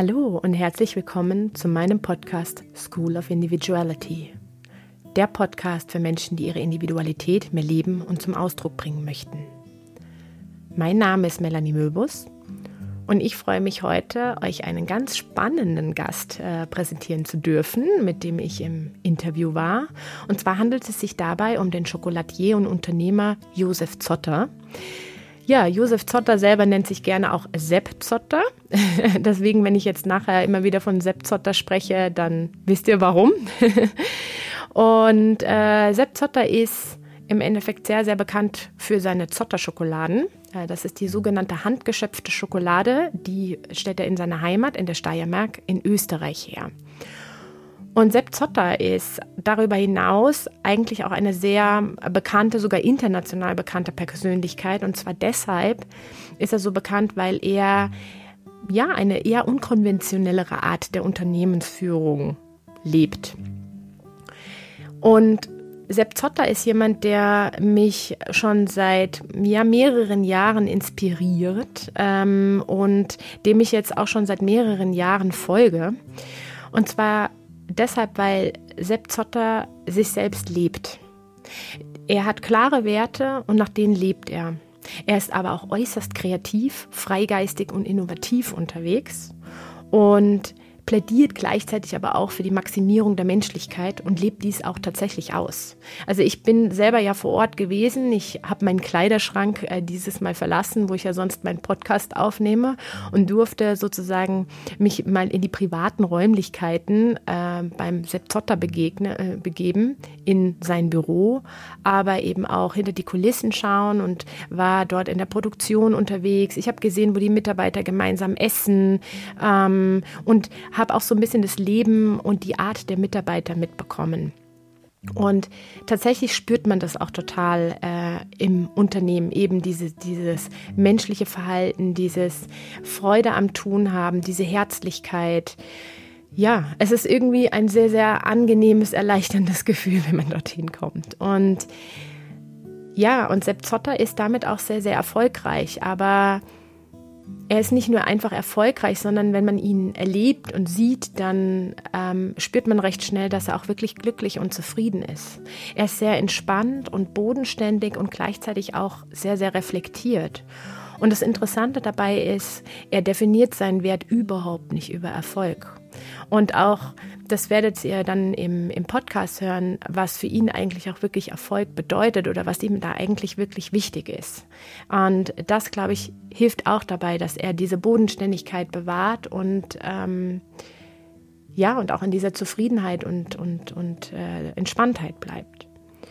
Hallo und herzlich willkommen zu meinem Podcast School of Individuality. Der Podcast für Menschen, die ihre Individualität mehr leben und zum Ausdruck bringen möchten. Mein Name ist Melanie Möbus und ich freue mich heute, euch einen ganz spannenden Gast präsentieren zu dürfen, mit dem ich im Interview war. Und zwar handelt es sich dabei um den Schokoladier und Unternehmer Josef Zotter. Ja, Josef Zotter selber nennt sich gerne auch Sepp Zotter. Deswegen, wenn ich jetzt nachher immer wieder von Sepp Zotter spreche, dann wisst ihr warum. Und Sepp Zotter ist im Endeffekt sehr, sehr bekannt für seine Zotter-Schokoladen. Das ist die sogenannte handgeschöpfte Schokolade, die stellt er in seiner Heimat in der Steiermark in Österreich her. Und Sepp Zotter ist darüber hinaus eigentlich auch eine sehr bekannte, sogar international bekannte Persönlichkeit. Und zwar deshalb ist er so bekannt, weil er ja eine eher unkonventionellere Art der Unternehmensführung lebt. Und Sepp Zotter ist jemand, der mich schon seit mehreren Jahren inspiriert und dem ich jetzt auch schon seit mehreren Jahren folge. Und zwar deshalb, weil Sepp Zotter sich selbst lebt. Er hat klare Werte und nach denen lebt er. Er ist aber auch äußerst kreativ, freigeistig und innovativ unterwegs und plädiert gleichzeitig aber auch für die Maximierung der Menschlichkeit und lebt dies auch tatsächlich aus. Also ich bin selber ja vor Ort gewesen. Ich habe meinen Kleiderschrank dieses Mal verlassen, wo ich ja sonst meinen Podcast aufnehme und durfte sozusagen mich mal in die privaten Räumlichkeiten beim Sepp Zotter begeben, in sein Büro, aber eben auch hinter die Kulissen schauen und war dort in der Produktion unterwegs. Ich habe gesehen, wo die Mitarbeiter gemeinsam essen und habe auch so ein bisschen das Leben und die Art der Mitarbeiter mitbekommen. Und tatsächlich spürt man das auch total im Unternehmen, eben dieses menschliche Verhalten, dieses Freude am Tun haben, diese Herzlichkeit. Ja, es ist irgendwie ein sehr, sehr angenehmes, erleichterndes Gefühl, wenn man dorthin kommt. Und ja, und Sepp Zotter ist damit auch sehr, sehr erfolgreich, aber er ist nicht nur einfach erfolgreich, sondern wenn man ihn erlebt und sieht, dann spürt man recht schnell, dass er auch wirklich glücklich und zufrieden ist. Er ist sehr entspannt und bodenständig und gleichzeitig auch sehr, sehr reflektiert. Und das Interessante dabei ist, er definiert seinen Wert überhaupt nicht über Erfolg. Und auch, das werdet ihr dann im Podcast hören, was für ihn eigentlich auch wirklich Erfolg bedeutet oder was ihm da eigentlich wirklich wichtig ist. Und das, glaube ich, hilft auch dabei, dass er diese Bodenständigkeit bewahrt und und auch in dieser Zufriedenheit und Entspanntheit bleibt.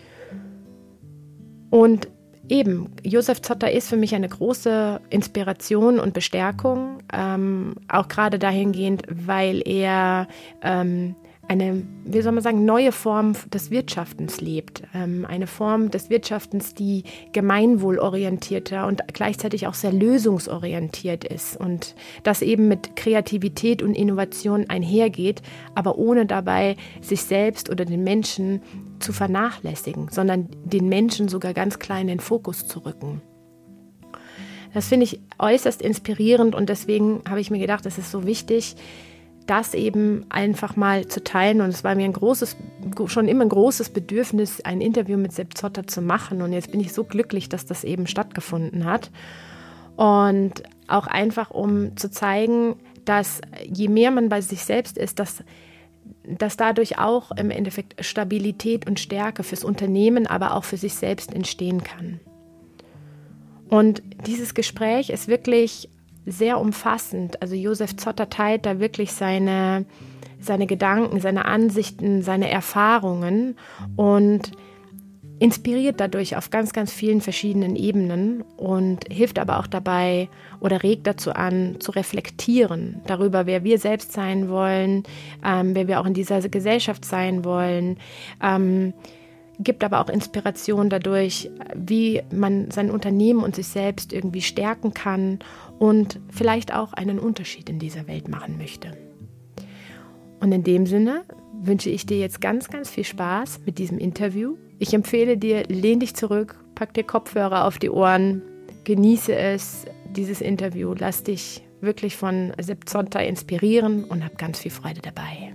Und eben, Josef Zotter ist für mich eine große Inspiration und Bestärkung, auch gerade dahingehend, weil er eine, wie soll man sagen, neue Form des Wirtschaftens lebt. Eine Form des Wirtschaftens, die gemeinwohlorientierter und gleichzeitig auch sehr lösungsorientiert ist und das eben mit Kreativität und Innovation einhergeht, aber ohne dabei sich selbst oder den Menschen zu vernachlässigen, sondern den Menschen sogar ganz klein in den Fokus zu rücken. Das finde ich äußerst inspirierend und deswegen habe ich mir gedacht, es ist so wichtig, das eben einfach mal zu teilen. Und es war mir schon immer ein großes Bedürfnis, ein Interview mit Sepp Zotter zu machen. Und jetzt bin ich so glücklich, dass das eben stattgefunden hat. Und auch einfach, um zu zeigen, dass je mehr man bei sich selbst ist, dass dadurch auch im Endeffekt Stabilität und Stärke fürs Unternehmen, aber auch für sich selbst entstehen kann. Und dieses Gespräch ist wirklich sehr umfassend. Also Josef Zotter teilt da wirklich seine Gedanken, seine Ansichten, seine Erfahrungen und inspiriert dadurch auf ganz, ganz vielen verschiedenen Ebenen und hilft aber auch dabei oder regt dazu an, zu reflektieren darüber, wer wir selbst sein wollen, wer wir auch in dieser Gesellschaft sein wollen, gibt aber auch Inspiration dadurch, wie man sein Unternehmen und sich selbst irgendwie stärken kann und vielleicht auch einen Unterschied in dieser Welt machen möchte. Und in dem Sinne wünsche ich dir jetzt ganz, ganz viel Spaß mit diesem Interview. Ich empfehle dir, lehn dich zurück, pack dir Kopfhörer auf die Ohren, genieße es, dieses Interview, lass dich wirklich von Sepp Zotter inspirieren und habe ganz viel Freude dabei.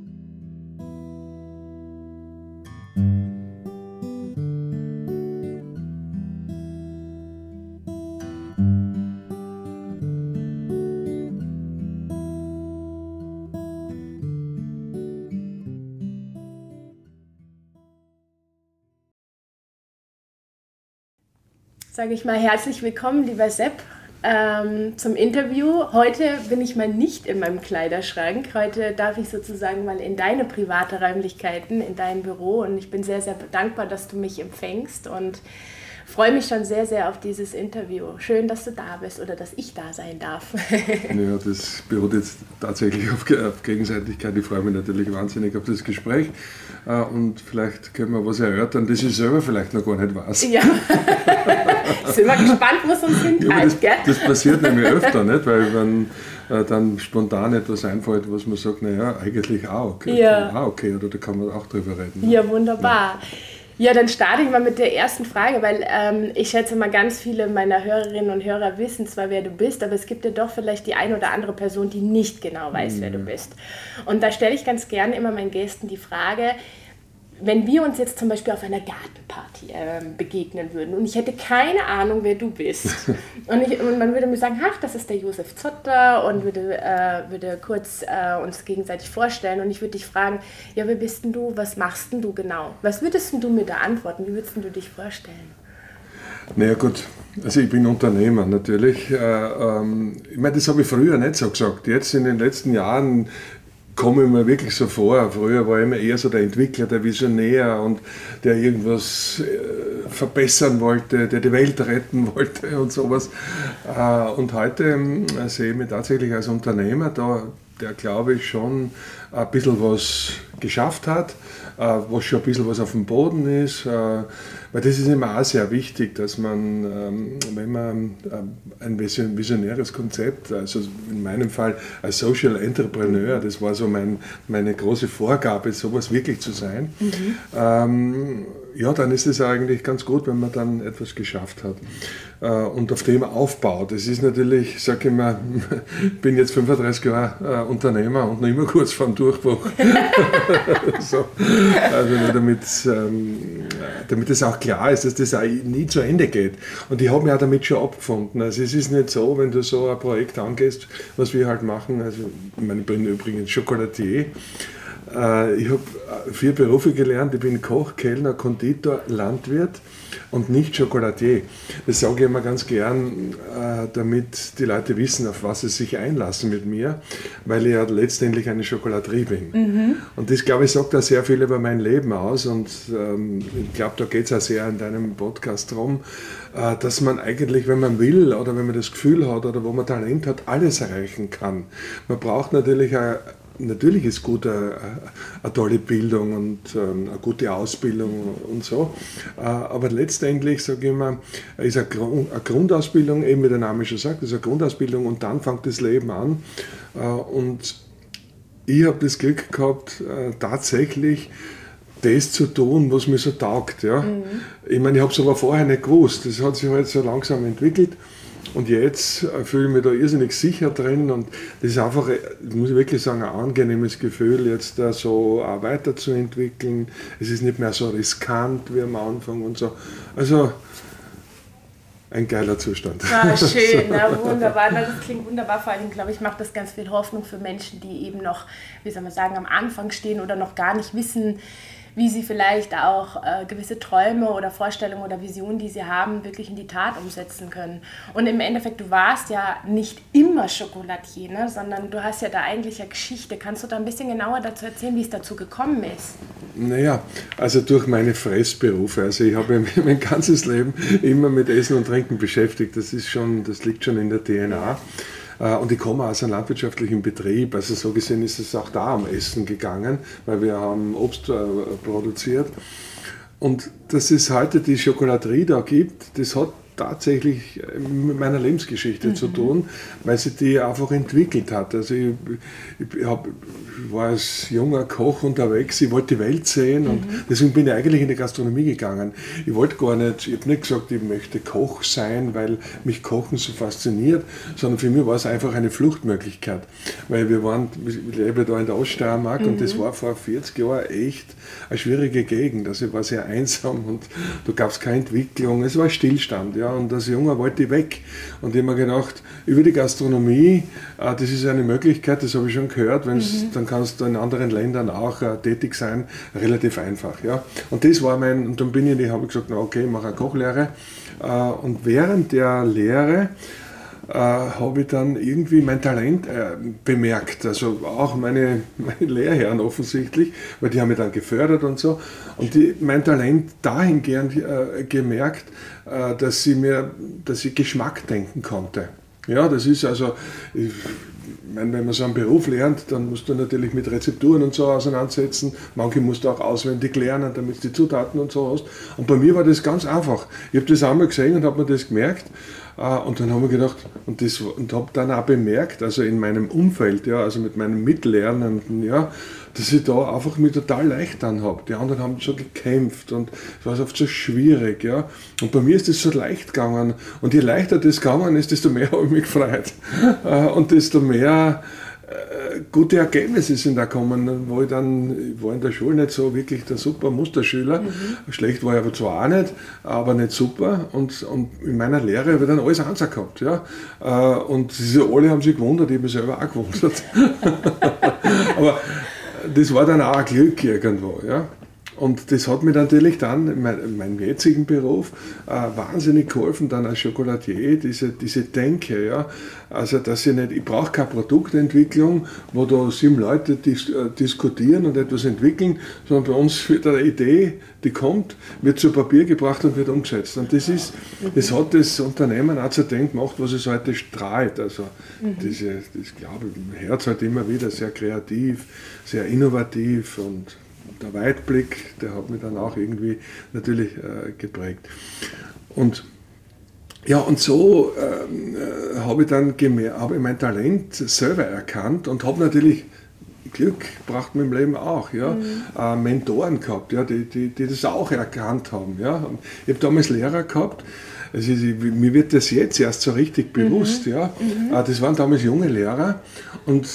Sage ich mal herzlich willkommen, lieber Sepp, zum Interview. Heute bin ich mal nicht in meinem Kleiderschrank. Heute darf ich sozusagen mal in deine private Räumlichkeiten, in dein Büro, und ich bin sehr, sehr dankbar, dass du mich empfängst und freue mich schon sehr, sehr auf dieses Interview. Schön, dass du da bist oder dass ich da sein darf. Ja, das beruht jetzt tatsächlich auf Gegenseitigkeit. Ich freue mich natürlich wahnsinnig auf das Gespräch und vielleicht können wir was erörtern, das ich selber vielleicht noch gar nicht weiß. Ja, sind wir gespannt, wo es uns hintreibt, ja, das passiert nämlich öfter, nicht? Weil wenn dann spontan etwas einfällt, was man sagt, naja, eigentlich auch okay. Ja. Okay, oder da kann man auch drüber reden. Ja, wunderbar. Ja, dann starte ich mal mit der ersten Frage, weil ich schätze mal, ganz viele meiner Hörerinnen und Hörer wissen zwar, wer du bist, aber es gibt ja doch vielleicht die eine oder andere Person, die nicht genau weiß, wer du bist. Und da stelle ich ganz gerne immer meinen Gästen die Frage, wenn wir uns jetzt zum Beispiel auf einer Gartenparty begegnen würden und ich hätte keine Ahnung, wer du bist und man würde mir sagen, ach, das ist der Josef Zotter, und würde kurz uns gegenseitig vorstellen und ich würde dich fragen, ja, wer bist denn du, was machst denn du genau? Was würdest denn du mir da antworten? Wie würdest denn du dich vorstellen? Naja gut, also ich bin Unternehmer natürlich. Ich meine, das habe ich früher nicht so gesagt. Jetzt in den letzten Jahren komme ich mir wirklich so vor. Früher war ich immer eher so der Entwickler, der Visionär und der irgendwas verbessern wollte, der die Welt retten wollte und sowas. Und heute sehe ich mich tatsächlich als Unternehmer, der glaube ich schon ein bisschen was geschafft hat, was schon ein bisschen was auf dem Boden ist. Weil das ist immer auch sehr wichtig, dass man, wenn man ein visionäres Konzept, also in meinem Fall als Social Entrepreneur, das war so meine große Vorgabe, sowas wirklich zu sein, ja, dann ist es eigentlich ganz gut, wenn man dann etwas geschafft hat und auf dem aufbaut. Das ist natürlich, ich sage immer, ich bin jetzt 35 Jahre Unternehmer und noch immer kurz vorm Durchbruch. So, also damit es auch klar ist, dass das auch nie zu Ende geht. Und ich habe mich auch damit schon abgefunden. Also es ist nicht so, wenn du so ein Projekt angehst, was wir halt machen, also ich bin übrigens Chocolatier. Ich habe 4 Berufe gelernt. Ich bin Koch, Kellner, Konditor, Landwirt und nicht Chocolatier. Das sage ich immer ganz gern, damit die Leute wissen, auf was sie sich einlassen mit mir, weil ich ja letztendlich eine Schokolaterie bin. Und das, glaube ich, sagt auch sehr viel über mein Leben aus, und ich glaube, da geht es auch sehr in deinem Podcast darum, dass man eigentlich, wenn man will oder wenn man das Gefühl hat oder wo man Talent hat, alles erreichen kann. Man braucht natürlich ist gut eine tolle Bildung und eine gute Ausbildung und so, aber letztendlich, sage ich immer, ist eine Grundausbildung, eben wie der Name schon sagt, ist eine Grundausbildung und dann fängt das Leben an, und ich habe das Glück gehabt, tatsächlich das zu tun, was mir so taugt. Ja? Ich meine, ich habe es aber vorher nicht gewusst, das hat sich halt so langsam entwickelt. Und jetzt fühle ich mich da irrsinnig sicher drin, und das ist einfach, muss ich wirklich sagen, ein angenehmes Gefühl, jetzt da so auch weiterzuentwickeln. Es ist nicht mehr so riskant wie am Anfang und so. Also ein geiler Zustand. Ja, schön, na, wunderbar. Na, das klingt wunderbar. Vor allem, glaube ich, macht das ganz viel Hoffnung für Menschen, die eben noch, wie soll man sagen, am Anfang stehen oder noch gar nicht wissen, wie sie vielleicht auch gewisse Träume oder Vorstellungen oder Visionen, die sie haben, wirklich in die Tat umsetzen können. Und im Endeffekt, du warst ja nicht immer Chocolatier, ne? Sondern du hast ja da eigentlich eine Geschichte. Kannst du da ein bisschen genauer dazu erzählen, wie es dazu gekommen ist? Naja, also durch meine Fressberufe. Also ich habe mein ganzes Leben immer mit Essen und Trinken beschäftigt. Das liegt schon in der DNA. Und ich komme aus einem landwirtschaftlichen Betrieb, also so gesehen ist es auch da um Essen gegangen, weil wir haben Obst produziert. Und dass es heute die Schokolaterie da gibt, das hat tatsächlich mit meiner Lebensgeschichte zu tun, weil sie die einfach entwickelt hat. Also ich war als junger Koch unterwegs, ich wollte die Welt sehen und deswegen bin ich eigentlich in die Gastronomie gegangen. Ich wollte gar nicht, ich habe nicht gesagt, ich möchte Koch sein, weil mich Kochen so fasziniert, sondern für mich war es einfach eine Fluchtmöglichkeit. Weil ich lebe da in der Oststeiermark und das war vor 40 Jahren echt eine schwierige Gegend. Also ich war sehr einsam und da gab es keine Entwicklung, es war Stillstand. Ja, und als Junger wollte ich weg. Und ich habe mir gedacht, über die Gastronomie, das ist eine Möglichkeit, das habe ich schon gehört, dann kannst du in anderen Ländern auch tätig sein, relativ einfach. Ja. Und das war und dann habe ich gesagt, na okay, ich mache eine Kochlehre. Und während der Lehre habe ich dann irgendwie mein Talent bemerkt, also auch meine Lehrherren offensichtlich, weil die haben mich dann gefördert und so, und mein Talent dahingehend gemerkt, dass ich Geschmack denken konnte. Ja, das ist also, ich meine, wenn man so einen Beruf lernt, dann musst du natürlich mit Rezepturen und so auseinandersetzen. Manche musst du auch auswendig lernen, damit du die Zutaten und so hast. Und bei mir war das ganz einfach. Ich habe das einmal gesehen und habe mir das gemerkt. Und dann haben wir gedacht, und habe dann auch bemerkt, also in meinem Umfeld, ja, also mit meinen Mitlernenden, ja, dass ich da einfach mich total leicht dann habe. Die anderen haben schon gekämpft und es war oft so schwierig. Ja. Und bei mir ist das so leicht gegangen. Und je leichter das gegangen ist, desto mehr habe ich mich gefreut. Und desto mehr gute Ergebnisse sind da gekommen, wo ich war in der Schule nicht so wirklich der super Musterschüler. Schlecht war ich aber zwar auch nicht, aber nicht super. Und in meiner Lehre habe ich dann alles Einser gehabt. Ja. Und alle haben sich gewundert, ich habe mich selber auch gewundert. Aber das war dann auch ein Glück irgendwo. Ja. Und das hat mir natürlich dann in meinem jetzigen Beruf wahnsinnig geholfen, dann als Chocolatier, diese Denke. Ja. Also, dass ich brauche keine Produktentwicklung, wo da 7 Leute diskutieren und etwas entwickeln, sondern bei uns wird eine Idee, die kommt, wird zu Papier gebracht und wird umgesetzt. Und das hat das Unternehmen auch zu dem gemacht, was es heute strahlt. Also, das glaube ich, im Herz halt immer wieder sehr kreativ, sehr innovativ und der Weitblick, der hat mich dann auch irgendwie natürlich geprägt. Und ja, und so habe ich mein Talent selber erkannt und habe natürlich Glück gebracht mir im Leben auch, ja, Mentoren gehabt, ja, die das auch erkannt haben. Ja. Ich habe damals Lehrer gehabt. Also mir wird das jetzt erst so richtig bewusst. Ja. Das waren damals junge Lehrer und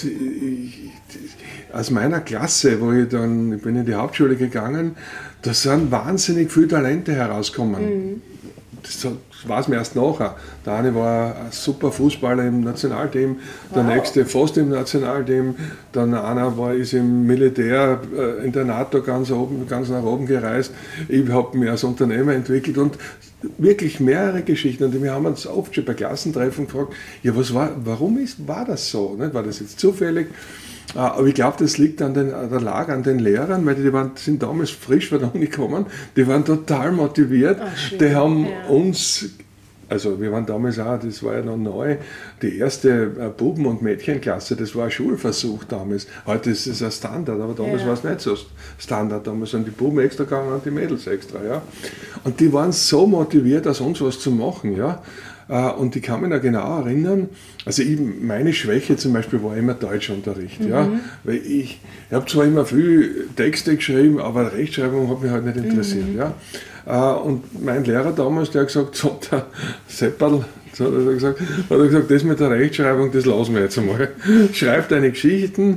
aus meiner Klasse, ich bin in die Hauptschule gegangen, da sind wahnsinnig viele Talente herausgekommen. Das weiß man erst nachher. Der eine war ein super Fußballer im Nationalteam, der nächste fast im Nationalteam, dann einer ist im Militär in der NATO ganz nach oben gereist. Ich habe mich als Unternehmer entwickelt und wirklich mehrere Geschichten. Und wir haben uns oft schon bei Klassentreffen gefragt, ja, warum war das so? Nicht? War das jetzt zufällig? Aber ich glaube, das lag an den Lehrern, weil sind damals frisch von der Uni gekommen, die waren total motiviert, die haben uns, also wir waren damals auch, das war ja noch neu, die erste Buben- und Mädchenklasse, das war ein Schulversuch damals. Heute ist es ein Standard, aber damals war es nicht so Standard. Damals sind die Buben extra gegangen und die Mädels extra. Ja. Und die waren so motiviert, aus uns was zu machen. Ja. Und ich kann mich noch genau erinnern, also meine Schwäche zum Beispiel war immer Deutschunterricht. Ja, weil ich habe zwar immer viel Texte geschrieben, aber Rechtschreibung hat mich halt nicht interessiert. Ja. Und mein Lehrer damals, der hat gesagt, so, der Sepperl, so hat er gesagt, das mit der Rechtschreibung, das lassen wir jetzt einmal. Schreib deine Geschichten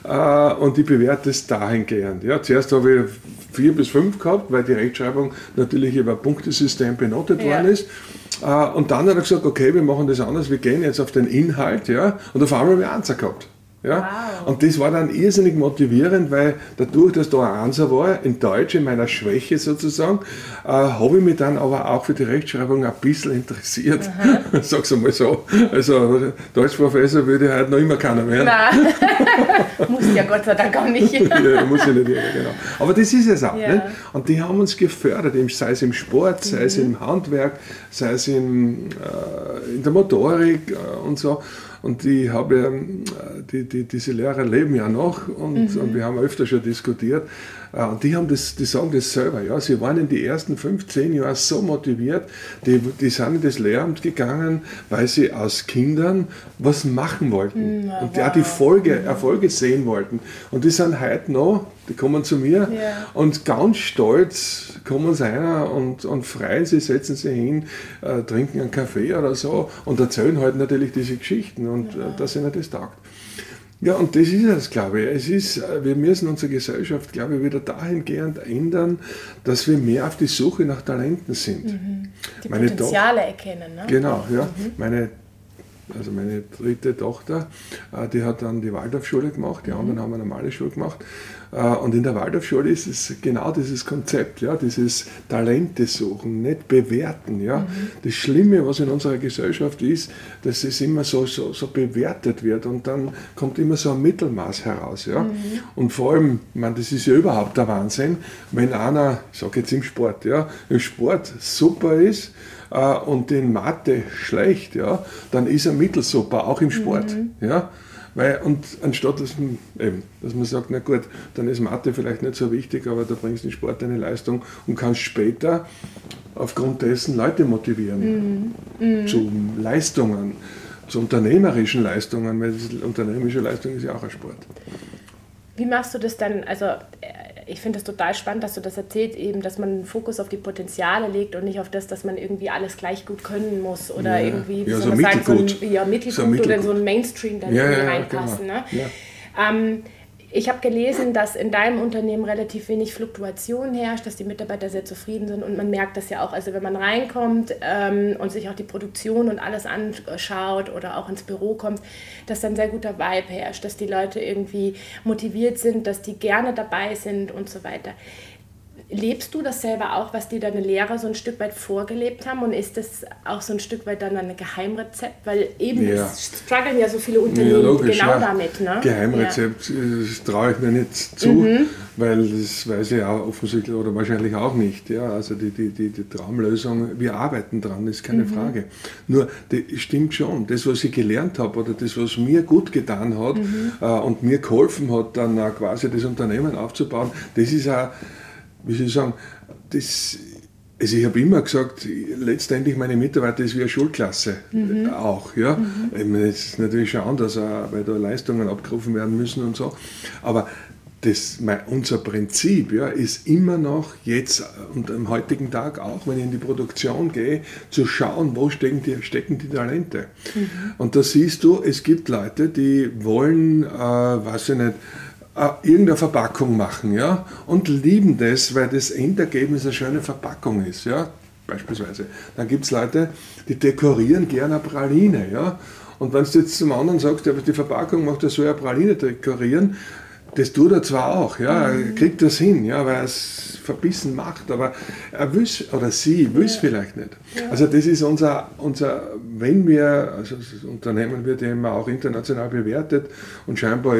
und ich bewerte es dahingehend. Ja, zuerst habe ich 4 bis 5 gehabt, weil die Rechtschreibung natürlich über ein Punktesystem benotet worden ist. Und dann hat er gesagt, okay, wir machen das anders, wir gehen jetzt auf den Inhalt, ja, und auf einmal habe ich Einser gehabt. Ja? Wow. Und das war dann irrsinnig motivierend, weil dadurch, dass da ein Einser war, in Deutsch, in meiner Schwäche sozusagen, habe ich mich dann aber auch für die Rechtschreibung ein bisschen interessiert. Sag's einmal so. Also Deutschprofessor würde halt noch immer keiner werden. Nein, muss ja Gott sei Dank auch nicht. Ja, muss ja nicht, genau. Aber das ist es auch. Ja. Nicht? Und die haben uns gefördert, sei es im Sport, sei es im Handwerk, sei es in der Motorik und so. Und ich habe diese Lehrer leben ja noch und wir haben öfter schon diskutiert. Und die sagen das selber. Ja. Sie waren in den ersten 15 Jahren so motiviert, die sind in das Lehramt gegangen, weil sie aus Kindern was machen wollten. Und auch die Erfolge sehen wollten. Und die sind heute noch, die kommen zu mir und ganz stolz kommen sie rein und freuen sich, setzen sich hin, trinken einen Kaffee oder so und erzählen halt natürlich diese Geschichten und dass ihnen das taugt. Ja, und das ist es, glaube ich. Wir müssen unsere Gesellschaft, glaube ich, wieder dahingehend ändern, dass wir mehr auf die Suche nach Talenten sind. Die Potenziale erkennen, ne? Genau, ja. Meine dritte Tochter, die hat dann die Waldorfschule gemacht, die anderen haben eine normale Schule gemacht. Und in der Waldorfschule ist es genau dieses Konzept, ja, dieses Talente suchen, nicht bewerten. Ja. Das Schlimme, was in unserer Gesellschaft ist, dass es immer so bewertet wird und dann kommt immer so ein Mittelmaß heraus. Ja. Und vor allem, das ist ja überhaupt der Wahnsinn, wenn einer, ich sage jetzt im Sport, ja, im Sport super ist, und in Mathe schlecht, ja, dann ist er mittelsuper, auch im Sport. Ja. Und anstatt dass man sagt, na gut, dann ist Mathe vielleicht nicht so wichtig, aber da bringst du im Sport eine Leistung und kannst später aufgrund dessen Leute motivieren zu Leistungen, zu unternehmerischen Leistungen, weil unternehmerische Leistung ist ja auch ein Sport. Wie machst du das dann? Also ich finde es total spannend, dass du das erzählst, eben, dass man den Fokus auf die Potenziale legt und nicht auf das, dass man irgendwie alles gleich gut können muss oder irgendwie, wie soll man sagen, mittelgut oder in so ein Mainstream dann irgendwie reinpassen. Genau. Ne? Ja. Ich habe gelesen, dass in deinem Unternehmen relativ wenig Fluktuation herrscht, dass die Mitarbeiter sehr zufrieden sind und man merkt das ja auch, also wenn man reinkommt und sich auch die Produktion und alles anschaut oder auch ins Büro kommt, dass dann sehr guter Vibe herrscht, dass die Leute irgendwie motiviert sind, dass die gerne dabei sind und so weiter. Lebst du das selber auch, was dir deine Lehrer so ein Stück weit vorgelebt haben und ist das auch so ein Stück weit dann ein Geheimrezept? Weil eben strugglen ja so viele Unternehmen logisch, damit. Ne? Geheimrezept das traue ich mir nicht zu, weil das weiß ich auch offensichtlich oder wahrscheinlich auch nicht. Ja? Also die Traumlösung, wir arbeiten dran, ist keine Frage. Nur, das stimmt schon, das was ich gelernt habe oder das was mir gut getan hat und mir geholfen hat, dann auch quasi das Unternehmen aufzubauen, das ist auch, wie soll ich sagen, also ich habe immer gesagt, letztendlich meine Mitarbeiter ist wie eine Schulklasse auch. Ja? Es ist natürlich schon anders, weil da Leistungen abgerufen werden müssen und so. Aber unser Prinzip ist immer noch jetzt und am heutigen Tag auch, wenn ich in die Produktion gehe, zu schauen, wo stecken die Talente. Und da siehst du, es gibt Leute, die wollen, weiß ich nicht, irgendeine Verpackung machen, ja, und lieben das, weil das Endergebnis eine schöne Verpackung ist, ja, beispielsweise. Dann gibt es Leute, die dekorieren gerne eine Praline, ja, und wenn du jetzt zum anderen sagst, ja, die Verpackung macht, so eine Praline dekorieren, das tut er zwar auch, ja, er kriegt das hin, ja, weil er es verbissen macht, aber er will oder sie will es vielleicht nicht. Ja. Also das ist unser also das Unternehmen wird ja immer auch international bewertet und scheinbar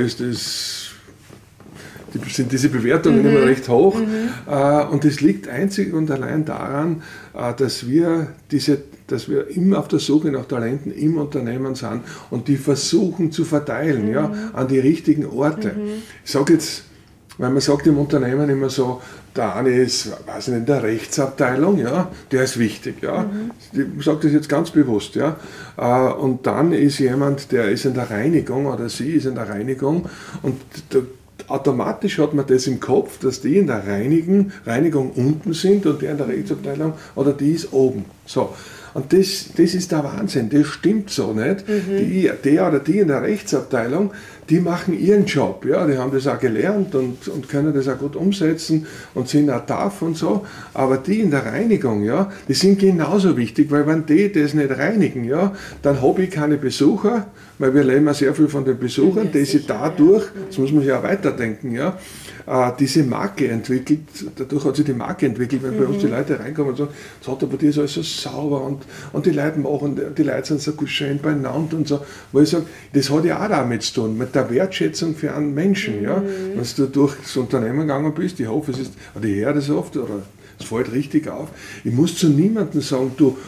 sind diese Bewertungen immer recht hoch. Und das liegt einzig und allein daran, dass wir immer auf der Suche nach Talenten im Unternehmen sind und die versuchen zu verteilen an die richtigen Orte. Ich sage jetzt, weil man sagt im Unternehmen immer so, der eine ist, weiß ich nicht, in der Rechtsabteilung, ja, der ist wichtig, ja. Ich sage das jetzt ganz bewusst, ja. Und dann ist jemand, der ist in der Reinigung oder sie ist in der Reinigung und automatisch hat man das im Kopf, dass die in der Reinigung unten sind und der in der Rechtsabteilung oder die ist oben. So. Und das ist der Wahnsinn, das stimmt so nicht. Der oder die in der Rechtsabteilung, die machen ihren Job, ja, die haben das auch gelernt und können das auch gut umsetzen und sind auch tough und so. Aber die in der Reinigung, ja, die sind genauso wichtig, weil wenn die das nicht reinigen, ja, dann habe ich keine Besucher, weil wir leben ja sehr viel von den Besuchern, die sich dadurch, das muss man ja auch weiterdenken, ja, diese Marke entwickelt, dadurch hat sich die Marke entwickelt, wenn bei uns die Leute reinkommen und sagen, das hat aber dir so alles so sauber und die Leute machen, die Leute sind so gut schön beieinander und so, wo ich sage, das hat ja auch damit zu tun, mit der Wertschätzung für einen Menschen, ja, wenn du durch das Unternehmen gegangen bist, ich hoffe, es ist, oder ich höre das oft, oder es fällt richtig auf, ich muss zu niemandem sagen, du,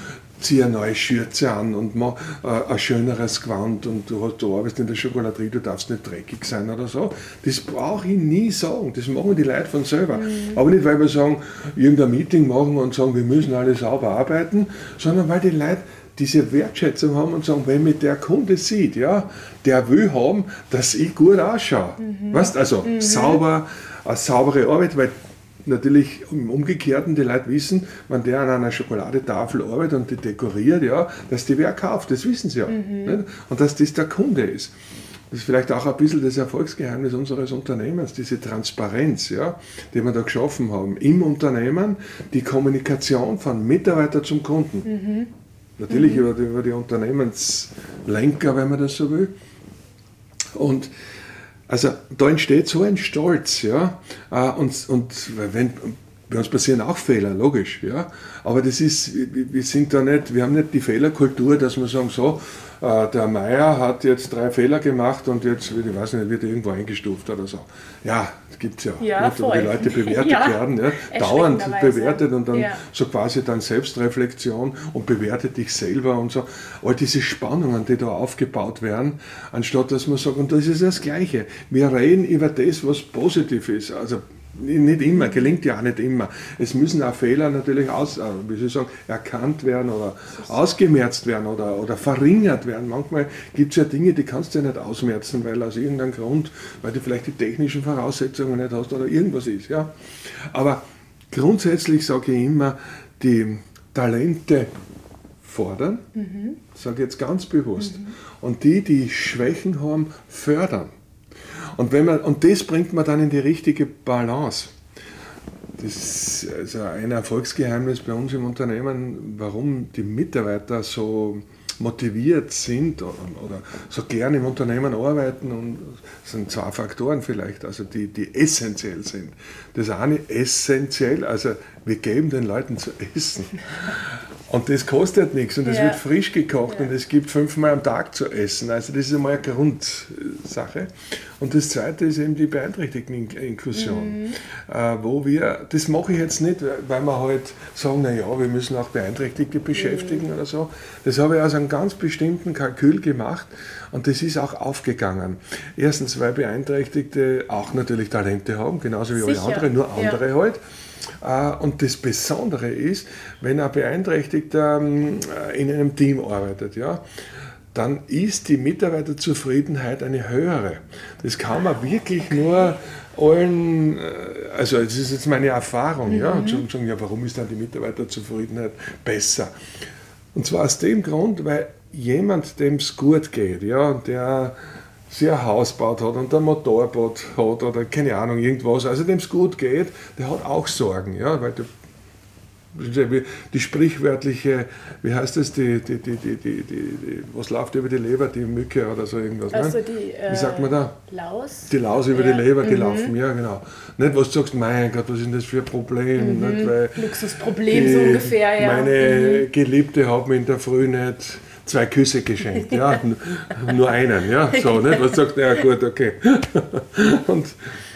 zieh eine neue Schürze an und mach ein schöneres Gewand und du arbeitest in der Schokolaterie, du darfst nicht dreckig sein oder so. Das brauche ich nie sagen, das machen die Leute von selber. Aber nicht, weil wir sagen, irgendein Meeting machen und sagen, wir müssen alle sauber arbeiten, sondern weil die Leute diese Wertschätzung haben und sagen, wenn mich der Kunde sieht, ja, der will haben, dass ich gut ausschaue. Weißt, also sauber, eine saubere Arbeit, weil natürlich im Umgekehrten die Leute wissen, wenn der an einer Schokoladetafel arbeitet und die dekoriert, ja, dass die wer kauft, das wissen sie ja. Nicht? Und dass das der Kunde ist. Das ist vielleicht auch ein bisschen das Erfolgsgeheimnis unseres Unternehmens, diese Transparenz, ja, die wir da geschaffen haben. Im Unternehmen die Kommunikation von Mitarbeiter zum Kunden. Natürlich über die Unternehmenslenker, wenn man das so will. Und also da entsteht so ein Stolz, ja, und bei uns passieren auch Fehler, logisch, ja, aber das ist, wir haben nicht die Fehlerkultur, dass wir sagen, so, der Meier hat jetzt 3 Fehler gemacht und jetzt, ich weiß nicht, wird er irgendwo eingestuft oder so. Ja, das gibt es ja. Nicht, wo die Leute bewertet werden, ja, dauernd bewertet und dann so quasi dann Selbstreflexion und bewertet dich selber und so. All diese Spannungen, die da aufgebaut werden, anstatt dass man sagt, und das ist das Gleiche, wir reden über das, was positiv ist. Also nicht immer, gelingt ja auch nicht immer. Es müssen auch Fehler natürlich erkannt werden oder ausgemerzt werden oder verringert werden. Manchmal gibt es ja Dinge, die kannst du ja nicht ausmerzen, weil aus irgendeinem Grund, weil du vielleicht die technischen Voraussetzungen nicht hast oder irgendwas ist. Ja. Aber grundsätzlich sage ich immer, die Talente fordern, sage ich jetzt ganz bewusst, und die Schwächen haben, fördern. Und das bringt man dann in die richtige Balance. Das ist also ein Erfolgsgeheimnis bei uns im Unternehmen, warum die Mitarbeiter so motiviert sind oder so gern im Unternehmen arbeiten. Und das sind 2 Faktoren vielleicht, also die essentiell sind. Das eine essentiell, also wir geben den Leuten zu essen. Und das kostet nichts und es wird frisch gekocht und es gibt 5-mal am Tag zu essen. Also das ist einmal eine Grundsache. Und das zweite ist eben die Beeinträchtigten-Inklusion, wo das mache ich jetzt nicht, weil wir halt sagen, naja, wir müssen auch Beeinträchtigte beschäftigen oder so. Das habe ich aus einem ganz bestimmten Kalkül gemacht und das ist auch aufgegangen. Erstens, weil Beeinträchtigte auch natürlich Talente haben, genauso wie alle anderen, nur andere halt. Und das Besondere ist, wenn ein Beeinträchtigter in einem Team arbeitet, ja, dann ist die Mitarbeiterzufriedenheit eine höhere. Das kann man wirklich nur allen, also das ist jetzt meine Erfahrung, ja, und sagen, ja, warum ist dann die Mitarbeiterzufriedenheit besser? Und zwar aus dem Grund, weil jemand, dem es gut geht, ja, der sich ein Haus gebaut hat und ein Motorboot hat oder keine Ahnung, irgendwas, also dem es gut geht, der hat auch Sorgen, ja, weil die sprichwörtliche, wie heißt das, was läuft über die Leber, die Mücke oder so irgendwas, also ne? Wie sagt man da? Laus. Die Laus über die Leber gelaufen, ja genau. Nicht, was du sagst, mein Gott, was ist denn das für ein Problem? Nicht, weil Luxusproblem so ungefähr, ja. Meine Geliebte hat mir in der Früh nicht 2 Küsse geschenkt, ja, nur einen, ja, so, nicht? Was sagt, ja gut, okay. Und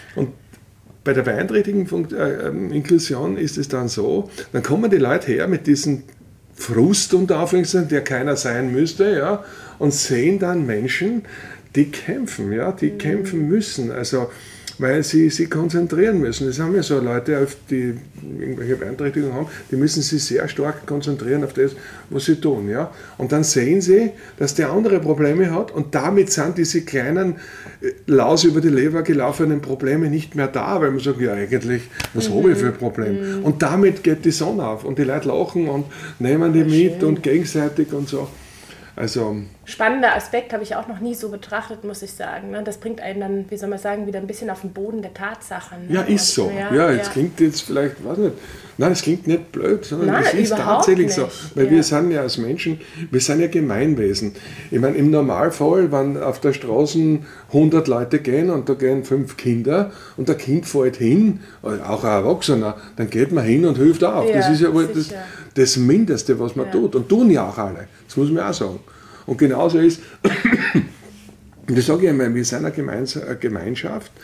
bei der beeinträchtigten Inklusion ist es dann so, dann kommen die Leute her mit diesem Frust unter Anführungszeichen, der keiner sein müsste, ja, und sehen dann Menschen, die kämpfen, ja, die kämpfen müssen, also weil sie sich konzentrieren müssen. Das haben ja so Leute, die irgendwelche Beeinträchtigungen haben, die müssen sich sehr stark konzentrieren auf das, was sie tun. Ja? Und dann sehen sie, dass der andere Probleme hat und damit sind diese kleinen Laus über die Leber gelaufenen Probleme nicht mehr da, weil man sagt, ja eigentlich, was habe ich für ein Problem? Und damit geht die Sonne auf und die Leute lachen und nehmen die mit und gegenseitig und so. Also spannender Aspekt, habe ich auch noch nie so betrachtet, muss ich sagen. Das bringt einen dann, wie soll man sagen, wieder ein bisschen auf den Boden der Tatsachen. Ja, ist so. Ja, jetzt klingt jetzt vielleicht, weiß nicht, nein, es klingt nicht blöd, sondern es ist tatsächlich nicht so. Weil wir sind ja als Menschen, wir sind ja Gemeinwesen. Ich meine, im Normalfall, wenn auf der Straße 100 Leute gehen und da gehen 5 Kinder und der Kind fällt hin, auch ein Erwachsener, dann geht man hin und hilft auf. Ja, das ist ja wohl das Mindeste, was man tut. Und tun ja auch alle. Das muss man auch sagen. Und genauso ist, und das sage ich einmal, wir sind eine Gemeinschaft,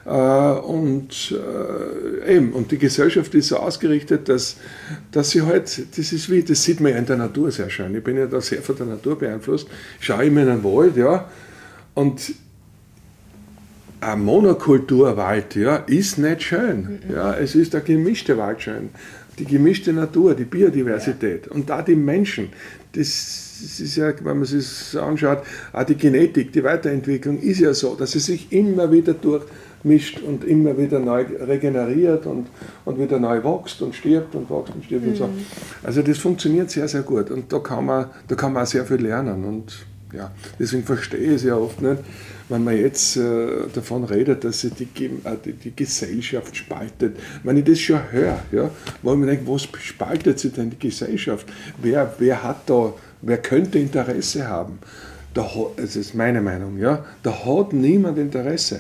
Und die Gesellschaft ist so ausgerichtet, dass sie halt, das sieht man ja in der Natur sehr schön. Ich bin ja da sehr von der Natur beeinflusst. Ich schaue immer in den Wald, ja, und ein Monokulturwald, ja, ist nicht schön. Ja, es ist der gemischte Wald schön. Die gemischte Natur, die Biodiversität und da die Menschen. Das ist ja, wenn man sich das anschaut, auch die Genetik, die Weiterentwicklung ist ja so, dass es sich immer wieder durchmischt und immer wieder neu regeneriert und wieder neu wächst und stirbt und wächst und stirbt und so. Also das funktioniert sehr, sehr gut und da kann man auch sehr viel lernen und ja, deswegen verstehe ich es ja oft nicht, wenn man jetzt davon redet, dass sich die Gesellschaft spaltet. Wenn ich das schon höre, ja, wo ich mir denke, was spaltet sich denn die Gesellschaft? Wer könnte Interesse haben? Das ist meine Meinung, ja, da hat niemand Interesse.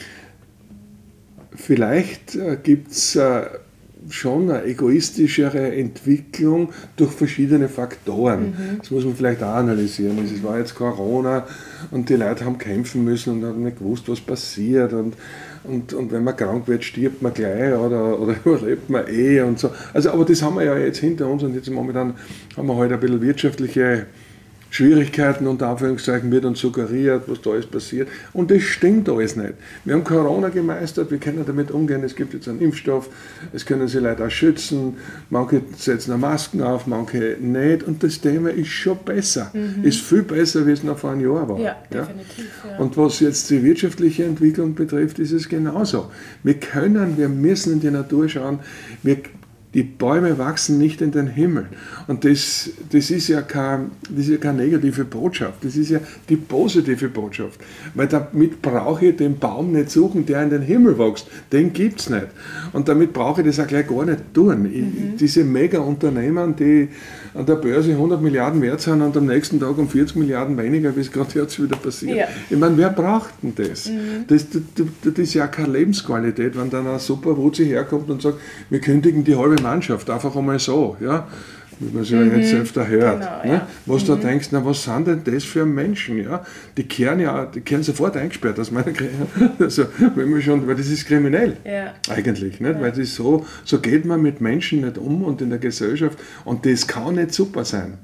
Vielleicht gibt es schon eine egoistischere Entwicklung durch verschiedene Faktoren. Das muss man vielleicht auch analysieren. Es war jetzt Corona und die Leute haben kämpfen müssen und haben nicht gewusst, was passiert. Und wenn man krank wird, stirbt man gleich oder überlebt man und so. Also, aber das haben wir ja jetzt hinter uns und jetzt momentan haben wir halt ein bisschen wirtschaftliche Schwierigkeiten, unter Anführungszeichen, wird uns suggeriert, was da alles passiert. Und das stimmt alles nicht. Wir haben Corona gemeistert, wir können damit umgehen, es gibt jetzt einen Impfstoff, es können sich Leute auch schützen, manche setzen eine Masken auf, manche nicht. Und das Thema ist schon besser. Ist viel besser, wie es noch vor einem Jahr war. Ja, definitiv. Ja. Und was jetzt die wirtschaftliche Entwicklung betrifft, ist es genauso. Wir müssen in die Natur schauen, die Bäume wachsen nicht in den Himmel. Und das ist ja keine negative Botschaft, das ist ja die positive Botschaft. Weil damit brauche ich den Baum nicht suchen, der in den Himmel wächst. Den gibt es nicht. Und damit brauche ich das auch gleich gar nicht tun. Diese Mega-Unternehmen, die an der Börse 100 Milliarden wert sind und am nächsten Tag um 40 Milliarden weniger, wie es gerade jetzt wieder passiert. Ja. Ich meine, wer braucht denn das? Das ist ja keine Lebensqualität, wenn dann ein super Wuzi herkommt und sagt, wir kündigen die halbe Mannschaft, einfach einmal so, ja, wie man es ja jetzt selbst hört. Genau, ne? Was du denkst, na, was sind denn das für Menschen, ja? Die kehren sofort eingesperrt aus meiner also, weil das ist kriminell, eigentlich, nicht? Ja. Weil das so geht man mit Menschen nicht um und in der Gesellschaft und das kann nicht super sein.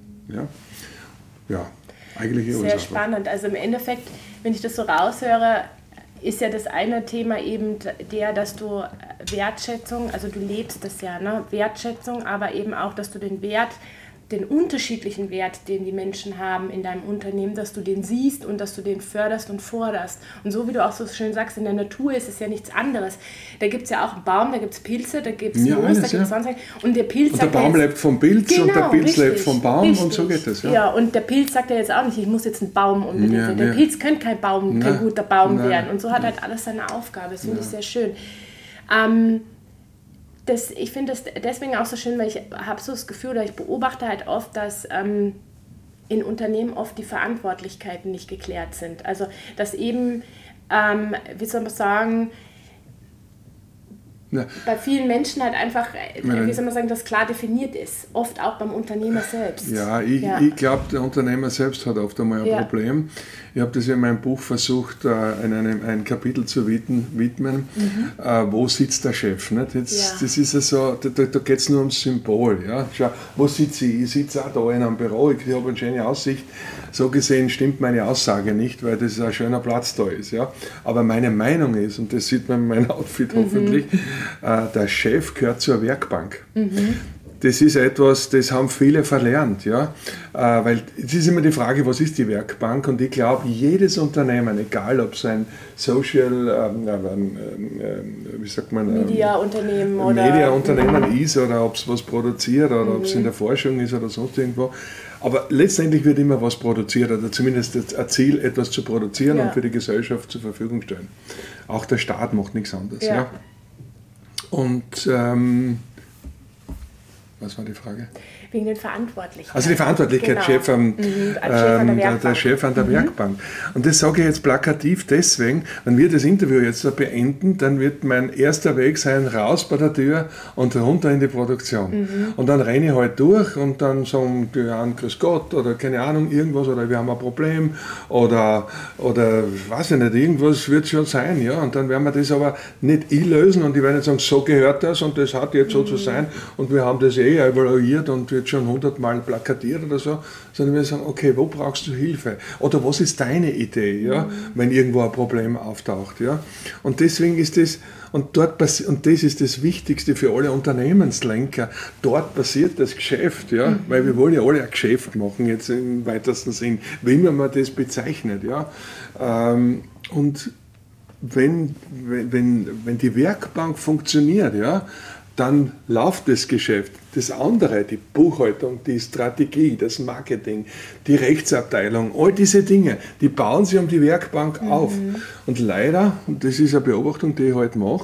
Ja, eigentlich sehr spannend. Also im Endeffekt, wenn ich das so raushöre, ist ja das eine Thema eben dass du Wertschätzung, also du lebst das ja, ne? Wertschätzung, aber eben auch, dass du den unterschiedlichen Wert, den die Menschen haben in deinem Unternehmen, dass du den siehst und dass du den förderst und forderst. Und so wie du auch so schön sagst, in der Natur ist es ja nichts anderes. Da gibt es ja auch einen Baum, da gibt es Pilze, da gibt es Moos, da gibt es sonst was. Und der Pilz und der Baum lebt vom Pilz und der Pilz lebt vom Baum und so geht das. Ja, und der Pilz sagt ja jetzt auch nicht, ich muss jetzt einen Baum unbedingt. Der Pilz könnte kein guter Baum werden. Und so hat halt alles seine Aufgabe. Das finde ich sehr schön. Ich finde das deswegen auch so schön, weil ich habe so das Gefühl, oder ich beobachte halt oft, dass in Unternehmen oft die Verantwortlichkeiten nicht geklärt sind. Also, dass eben, wie soll man sagen, bei vielen Menschen halt einfach, wie soll man sagen, das klar definiert ist. Oft auch beim Unternehmer selbst. Ja, ich glaube, der Unternehmer selbst hat oft einmal ein Problem. Ich habe das in meinem Buch versucht, ein Kapitel zu widmen, wo sitzt der Chef. Nicht? Das ist ja so, da geht es nur ums Symbol. Ja? Schau, wo sitze ich? Ich sitze auch da in einem Büro, ich habe eine schöne Aussicht. So gesehen stimmt meine Aussage nicht, weil das ein schöner Platz da ist. Ja? Aber meine Meinung ist, und das sieht man in meinem Outfit hoffentlich, der Chef gehört zur Werkbank. Das ist etwas, das haben viele verlernt, ja, weil es ist immer die Frage, was ist die Werkbank? Und ich glaube, jedes Unternehmen, egal ob es ein Media-Unternehmen ist oder ob es was produziert oder ob es in der Forschung ist oder sonst irgendwo, aber letztendlich wird immer was produziert oder zumindest ein Ziel, etwas zu produzieren und für die Gesellschaft zur Verfügung stellen. Auch der Staat macht nichts anderes. Ja. Und Was war die Frage? Wegen den Verantwortlichen. Also die Verantwortlichkeit, genau. Der Chef an der Werkbank. Und das sage ich jetzt plakativ deswegen, wenn wir das Interview jetzt beenden, dann wird mein erster Weg sein, raus bei der Tür und runter in die Produktion. Und dann renne ich halt durch und dann sagen die einen Grüß Gott oder keine Ahnung, irgendwas oder wir haben ein Problem oder weiß ich nicht, irgendwas wird schon sein. Ja? Und dann werden wir das aber nicht lösen und ich werde nicht sagen, so gehört das und das hat jetzt so zu sein und wir haben das evaluiert und wird schon 100-mal plakatiert oder so, sondern wir sagen, okay, wo brauchst du Hilfe? Oder was ist deine Idee, ja, wenn irgendwo ein Problem auftaucht? Ja? Und deswegen ist das, und das ist das Wichtigste für alle Unternehmenslenker, dort passiert das Geschäft, ja, weil wir wollen ja alle ein Geschäft machen, jetzt im weitesten Sinn, wie immer man das bezeichnet. Ja? Und wenn die Werkbank funktioniert, ja, dann läuft das Geschäft. Das andere, die Buchhaltung, die Strategie, das Marketing, die Rechtsabteilung, all diese Dinge, die bauen sich um die Werkbank auf. Und leider, und das ist eine Beobachtung, die ich heute mache,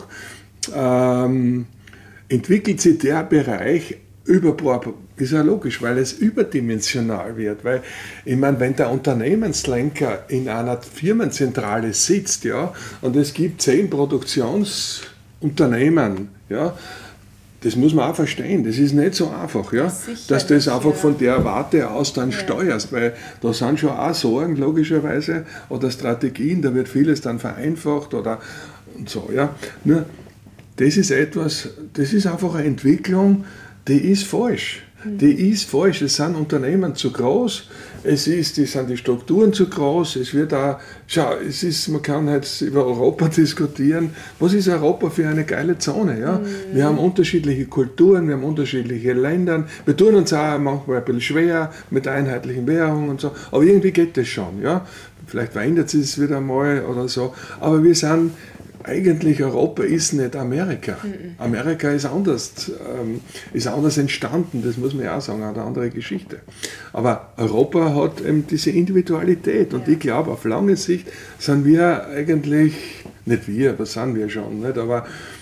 entwickelt sich der Bereich ist ja logisch, weil es überdimensional wird. Weil, ich meine, wenn der Unternehmenslenker in einer Firmenzentrale sitzt, ja, und es gibt 10 Produktionsunternehmen, ja, das muss man auch verstehen, das ist nicht so einfach, ja, dass du das einfach von der Warte aus dann steuerst, weil da sind schon auch Sorgen logischerweise oder Strategien, da wird vieles dann vereinfacht oder und so, ja. Nur, das ist einfach eine Entwicklung, die ist falsch. Die ist falsch. Es sind Unternehmen zu groß, sind die Strukturen zu groß, es wird auch, man kann jetzt über Europa diskutieren, was ist Europa für eine geile Zone? Ja? Wir haben unterschiedliche Kulturen, wir haben unterschiedliche Länder, wir tun uns auch manchmal ein bisschen schwer mit der einheitlichen Währung und so, aber irgendwie geht das schon. Ja? Vielleicht verändert sich es wieder mal oder so, aber wir sind eigentlich, Europa ist nicht Amerika. Amerika ist anders entstanden, das muss man ja auch sagen, hat eine andere Geschichte. Aber Europa hat eben diese Individualität und ich glaube, auf lange Sicht sind wir eigentlich, nicht wir, aber sind wir schon, nicht? Aber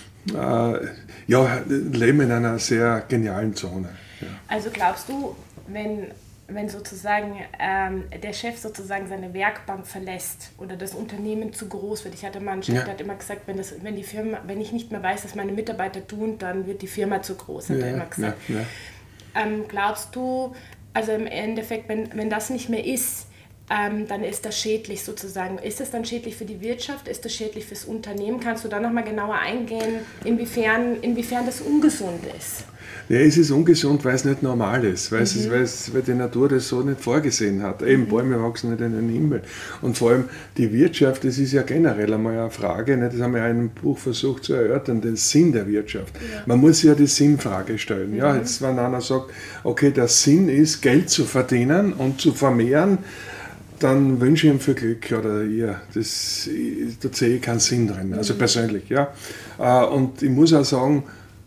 leben in einer sehr genialen Zone. Ja. Also glaubst du, wenn sozusagen der Chef sozusagen seine Werkbank verlässt oder das Unternehmen zu groß wird. Ich hatte mal einen Chef, der hat immer gesagt, wenn ich nicht mehr weiß, was meine Mitarbeiter tun, dann wird die Firma zu groß, hat er immer gesagt. Glaubst du, also im Endeffekt, wenn das nicht mehr ist, dann ist das schädlich sozusagen. Ist das dann schädlich für die Wirtschaft? Ist das schädlich fürs Unternehmen? Kannst du da nochmal genauer eingehen, inwiefern das ungesund ist? Ja, es ist ungesund, weil es nicht normal ist, weil die Natur das so nicht vorgesehen hat. Eben, Bäume wachsen nicht in den Himmel. Und vor allem die Wirtschaft, das ist ja generell einmal eine Frage, das haben wir ja in einem Buch versucht zu erörtern, den Sinn der Wirtschaft. Ja. Man muss ja die Sinnfrage stellen. Ja, jetzt, wenn einer sagt, okay, der Sinn ist, Geld zu verdienen und zu vermehren, dann wünsche ich ihm viel Glück oder ihr. Da sehe ich keinen Sinn drin, also persönlich. Ja. Und ich muss auch sagen,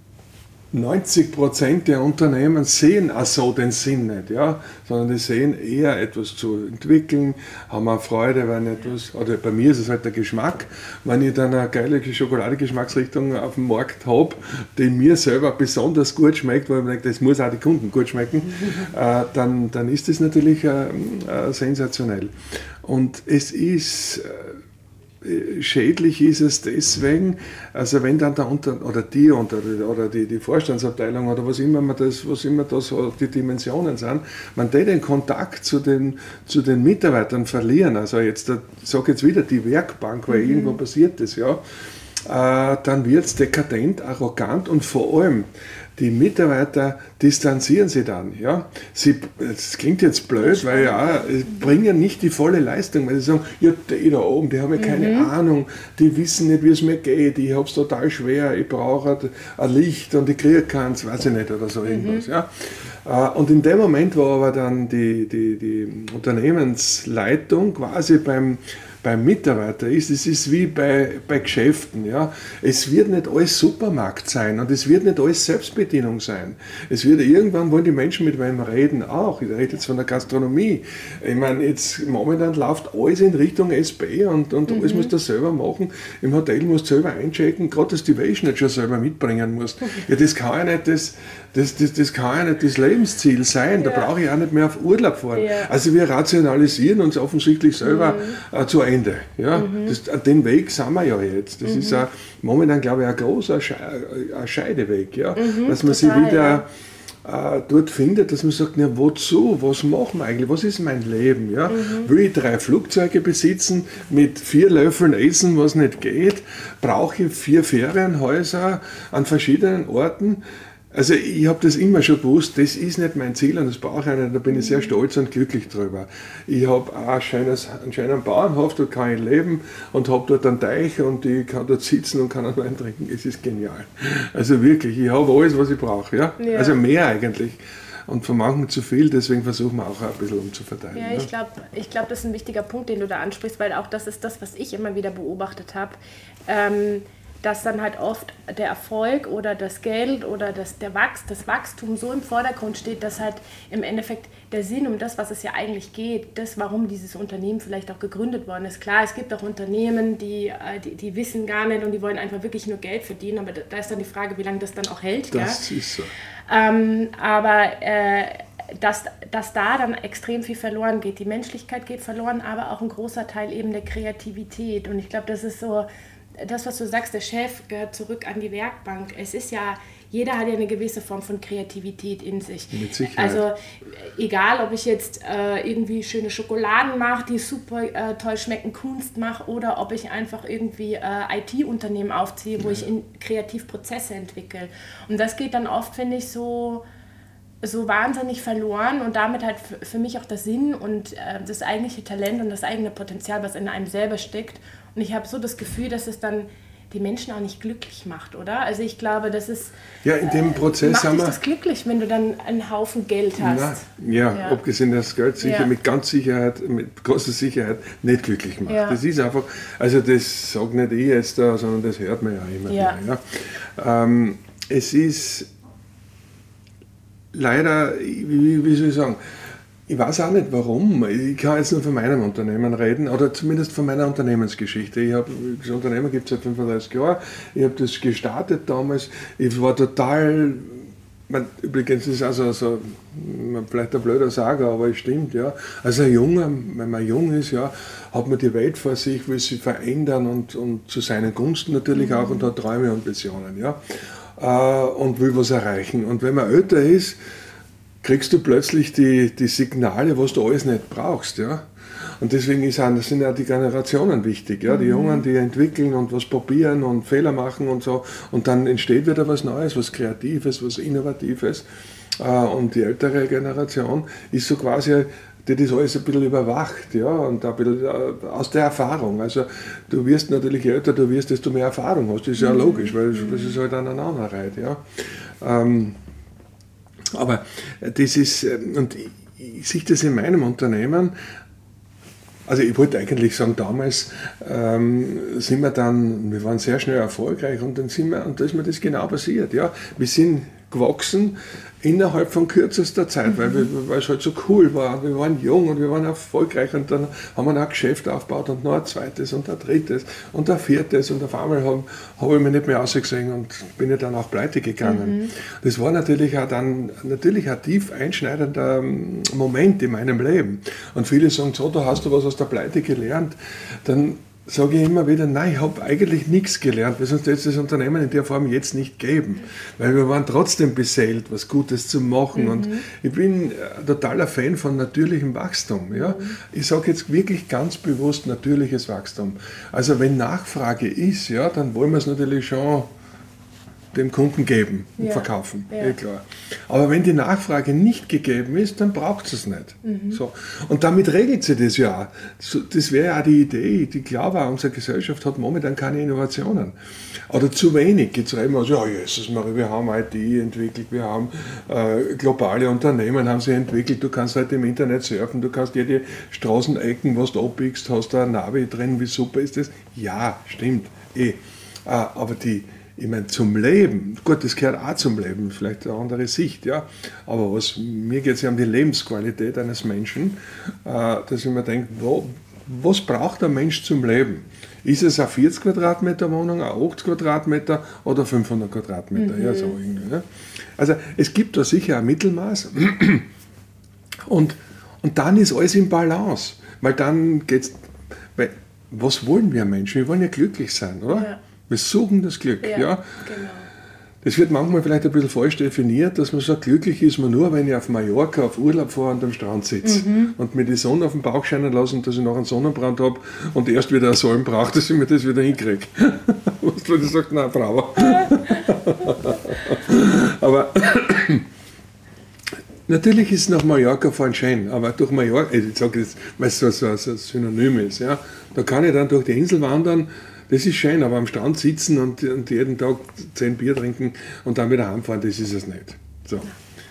90% der Unternehmen sehen auch so den Sinn nicht, ja, sondern die sehen eher etwas zu entwickeln, haben auch Freude, wenn etwas, oder bei mir ist es halt der Geschmack, wenn ich dann eine geile Schokoladegeschmacksrichtung auf dem Markt habe, die mir selber besonders gut schmeckt, weil ich denke, das muss auch die Kunden gut schmecken, dann ist das natürlich sensationell. Und es ist schädlich ist es deswegen, also wenn dann die Vorstandsabteilung oder was immer da so die Dimensionen sind, wenn die den Kontakt zu den Mitarbeitern verlieren, also jetzt, sage jetzt wieder die Werkbank, weil irgendwo passiert das, ja, dann wird es dekadent, arrogant und vor allem die Mitarbeiter distanzieren sich dann. Ja? Es klingt jetzt blöd, weil bringen nicht die volle Leistung, weil sie sagen, ja, die da oben, die haben ja keine Ahnung, die wissen nicht, wie es mir geht, ich habe es total schwer, ich brauche ein Licht und ich kriege keins, weiß ich nicht, oder so irgendwas. Ja? Und in dem Moment, wo aber dann die Unternehmensleitung quasi beim Mitarbeiter ist, es ist wie bei Geschäften. Ja. Es wird nicht alles Supermarkt sein und es wird nicht alles Selbstbedienung sein. Es wird irgendwann wollen die Menschen mit wem reden auch. Ich rede jetzt von der Gastronomie. Ich meine, jetzt momentan läuft alles in Richtung SB und alles musst du selber machen. Im Hotel musst du selber einchecken, gerade das Deviation nicht schon selber mitbringen musst. Ja, das kann ja nicht, das kann ja nicht das Lebensziel sein, da brauche ich auch nicht mehr auf Urlaub fahren. Also wir rationalisieren uns offensichtlich selber zu Ende. Ja? Den Weg sind wir ja jetzt. Das ist momentan, glaube ich, ein großer Scheideweg, ja? Dass man sich wieder dort findet, dass man sagt, na, wozu, was machen wir eigentlich, was ist mein Leben? Ja? Will ich 3 Flugzeuge besitzen, mit 4 Löffeln essen, was nicht geht? Brauche ich 4 Ferienhäuser an verschiedenen Orten? Also ich habe das immer schon gewusst, das ist nicht mein Ziel und das brauche ich nicht, da bin ich sehr stolz und glücklich drüber. Ich habe auch einen schönen Bauernhof, dort kann ich leben und habe dort einen Teich und ich kann dort sitzen und kann einen Wein trinken, es ist genial. Also wirklich, ich habe alles, was ich brauche, ja? Also mehr eigentlich. Und von manchen zu viel, deswegen versuchen wir auch ein bisschen umzuverteilen. Ja, ich glaube, das ist ein wichtiger Punkt, den du da ansprichst, weil auch das ist das, was ich immer wieder beobachtet habe. Dass dann halt oft der Erfolg oder das Geld oder das Wachstum so im Vordergrund steht, dass halt im Endeffekt der Sinn um das, was es ja eigentlich geht, das, warum dieses Unternehmen vielleicht auch gegründet worden ist. Klar, es gibt auch Unternehmen, die wissen gar nicht und die wollen einfach wirklich nur Geld verdienen, aber da ist dann die Frage, wie lange das dann auch hält. Das ist so. Dass da dann extrem viel verloren geht. Die Menschlichkeit geht verloren, aber auch ein großer Teil eben der Kreativität. Und ich glaube, das ist so das, was du sagst, der Chef gehört zurück an die Werkbank. Es ist ja, jeder hat ja eine gewisse Form von Kreativität in sich. Mit Sicherheit. Also egal, ob ich jetzt irgendwie schöne Schokoladen mache, die super toll schmecken, Kunst mache, oder ob ich einfach irgendwie IT-Unternehmen aufziehe, wo ich Kreativprozesse entwickle. Und das geht dann oft, finde ich, so wahnsinnig verloren und damit halt für mich auch der Sinn und das eigentliche Talent und das eigene Potenzial, was in einem selber steckt. Und ich habe so das Gefühl, dass es dann die Menschen auch nicht glücklich macht, oder? Also ich glaube, das ist... Ja, in dem Prozess macht dich das glücklich, wenn du dann einen Haufen Geld hast? Ja, abgesehen, dass Geld sicher mit großer Sicherheit nicht glücklich macht. Ja. Das ist einfach, also das sage nicht ich jetzt da, sondern das hört man ja immer wieder. Ja. Es ist leider, wie soll ich sagen, ich weiß auch nicht warum. Ich kann jetzt nur von meinem Unternehmen reden oder zumindest von meiner Unternehmensgeschichte. Das Unternehmen gibt es seit 35 Jahren. Ich habe das gestartet damals. Ich war total, übrigens ist es also so, vielleicht ein blöder Sager, aber es stimmt. Ja. Also ein Junger, wenn man jung ist, ja, hat man die Welt vor sich, will sie verändern und zu seinen Gunsten natürlich auch und hat Träume und Visionen. Ja. Und will was erreichen. Und wenn man älter ist, kriegst du plötzlich die Signale, was du alles nicht brauchst. Ja? Und deswegen sind ja die Generationen wichtig. Ja? Die Jungen, die entwickeln und was probieren und Fehler machen und so. Und dann entsteht wieder was Neues, was Kreatives, was Innovatives. Und die ältere Generation ist so quasi, die das alles ein bisschen überwacht, ja, und ein bisschen aus der Erfahrung. Also du wirst natürlich älter, du wirst, desto mehr Erfahrung hast. Das ist ja logisch, weil das ist halt eine Aneinanderheit. Ja. Aber das ist, und ich sehe das in meinem Unternehmen, also ich wollte eigentlich sagen, damals sind wir waren sehr schnell erfolgreich und da ist mir das genau passiert. Ja. Wir sind gewachsen innerhalb von kürzester Zeit, weil es halt so cool war. Wir waren jung und wir waren erfolgreich und dann haben wir ein Geschäft aufgebaut und noch ein zweites und ein drittes und ein viertes und auf einmal habe ich mich nicht mehr ausgesehen und bin ja dann auch pleite gegangen. Das war natürlich auch ein tief einschneidender Moment in meinem Leben. Und viele sagen so, da hast du was aus der Pleite gelernt. Dann sage ich immer wieder, nein, ich habe eigentlich nichts gelernt, weil sonst hätte es das Unternehmen in der Form jetzt nicht geben. Weil wir waren trotzdem beseelt, was Gutes zu machen. Und ich bin ein totaler Fan von natürlichem Wachstum. Ja? Ich sage jetzt wirklich ganz bewusst natürliches Wachstum. Also wenn Nachfrage ist, ja, dann wollen wir es natürlich schon dem Kunden geben und verkaufen, klar. Aber wenn die Nachfrage nicht gegeben ist, dann braucht es nicht. So. Und damit regelt sich das ja auch. Das wäre ja die Idee. Ich glaube auch, unsere Gesellschaft hat momentan keine Innovationen. Oder zu wenig. Jetzt reden wir so, ja, Jesus Maria, wir haben IT entwickelt, wir haben globale Unternehmen haben sie entwickelt, du kannst heute im Internet surfen, du kannst jede Straßenecken, was du abbiegst, hast da ein Navi drin, wie super ist das? Ja, stimmt. Aber ich meine, zum Leben, gut, das gehört auch zum Leben, vielleicht eine andere Sicht, ja. Aber mir geht es ja um die Lebensqualität eines Menschen, dass ich mir denke, was braucht ein Mensch zum Leben? Ist es eine 40 Quadratmeter Wohnung, eine 80 Quadratmeter oder 500 Quadratmeter? Ja, so irgendwie, ne? Also es gibt da sicher ein Mittelmaß und dann ist alles im Balance, weil dann geht's, weil was wollen wir Menschen? Wir wollen ja glücklich sein, oder? Ja. Wir suchen das Glück, ja. Genau. Das wird manchmal vielleicht ein bisschen falsch definiert, dass man sagt, glücklich ist man nur, wenn ich auf Mallorca auf Urlaub fahre und am Strand sitze und mir die Sonne auf den Bauch scheinen lassen, dass ich noch einen Sonnenbrand habe und erst wieder einen Salm brauche, dass ich mir das wieder hinkriege. Was Leute sagt, nein, Bravo. Aber natürlich ist nach Mallorca fahren schön, aber durch Mallorca, ich sage das, weil es so ein Synonym ist, ja, da kann ich dann durch die Insel wandern. Das ist schön, aber am Strand sitzen und jeden Tag 10 Bier trinken und dann wieder heimfahren, das ist es nicht. So.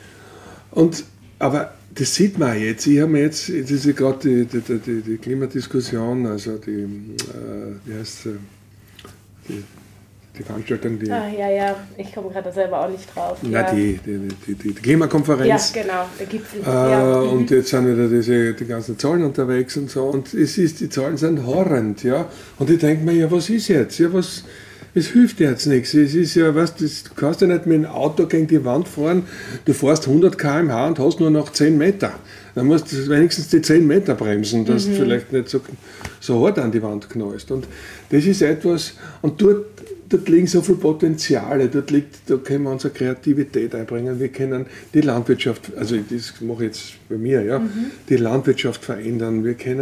Aber das sieht man jetzt. Ich habe mir jetzt, das ist ja gerade die Klimadiskussion, also die Veranstaltung, die... Ja, ich komme gerade selber auch nicht drauf. Ja. Die Klimakonferenz. Ja, genau, der Gipfel. Und jetzt sind wieder die ganzen Zahlen unterwegs und so. Und die Zahlen sind horrend, ja. Und ich denke mir, ja, was ist jetzt? Ja, es hilft jetzt nichts. Es ist ja, du kannst ja nicht mit dem Auto gegen die Wand fahren, du fährst 100 km/h und hast nur noch 10 Meter. Dann musst du wenigstens die 10 Meter bremsen, dass du vielleicht nicht so hart an die Wand knallst. Und das ist etwas, und dort liegen so viele Potenziale, da können wir unsere Kreativität einbringen, wir können die Landwirtschaft, also das mache ich jetzt bei mir, ja, die Landwirtschaft verändern,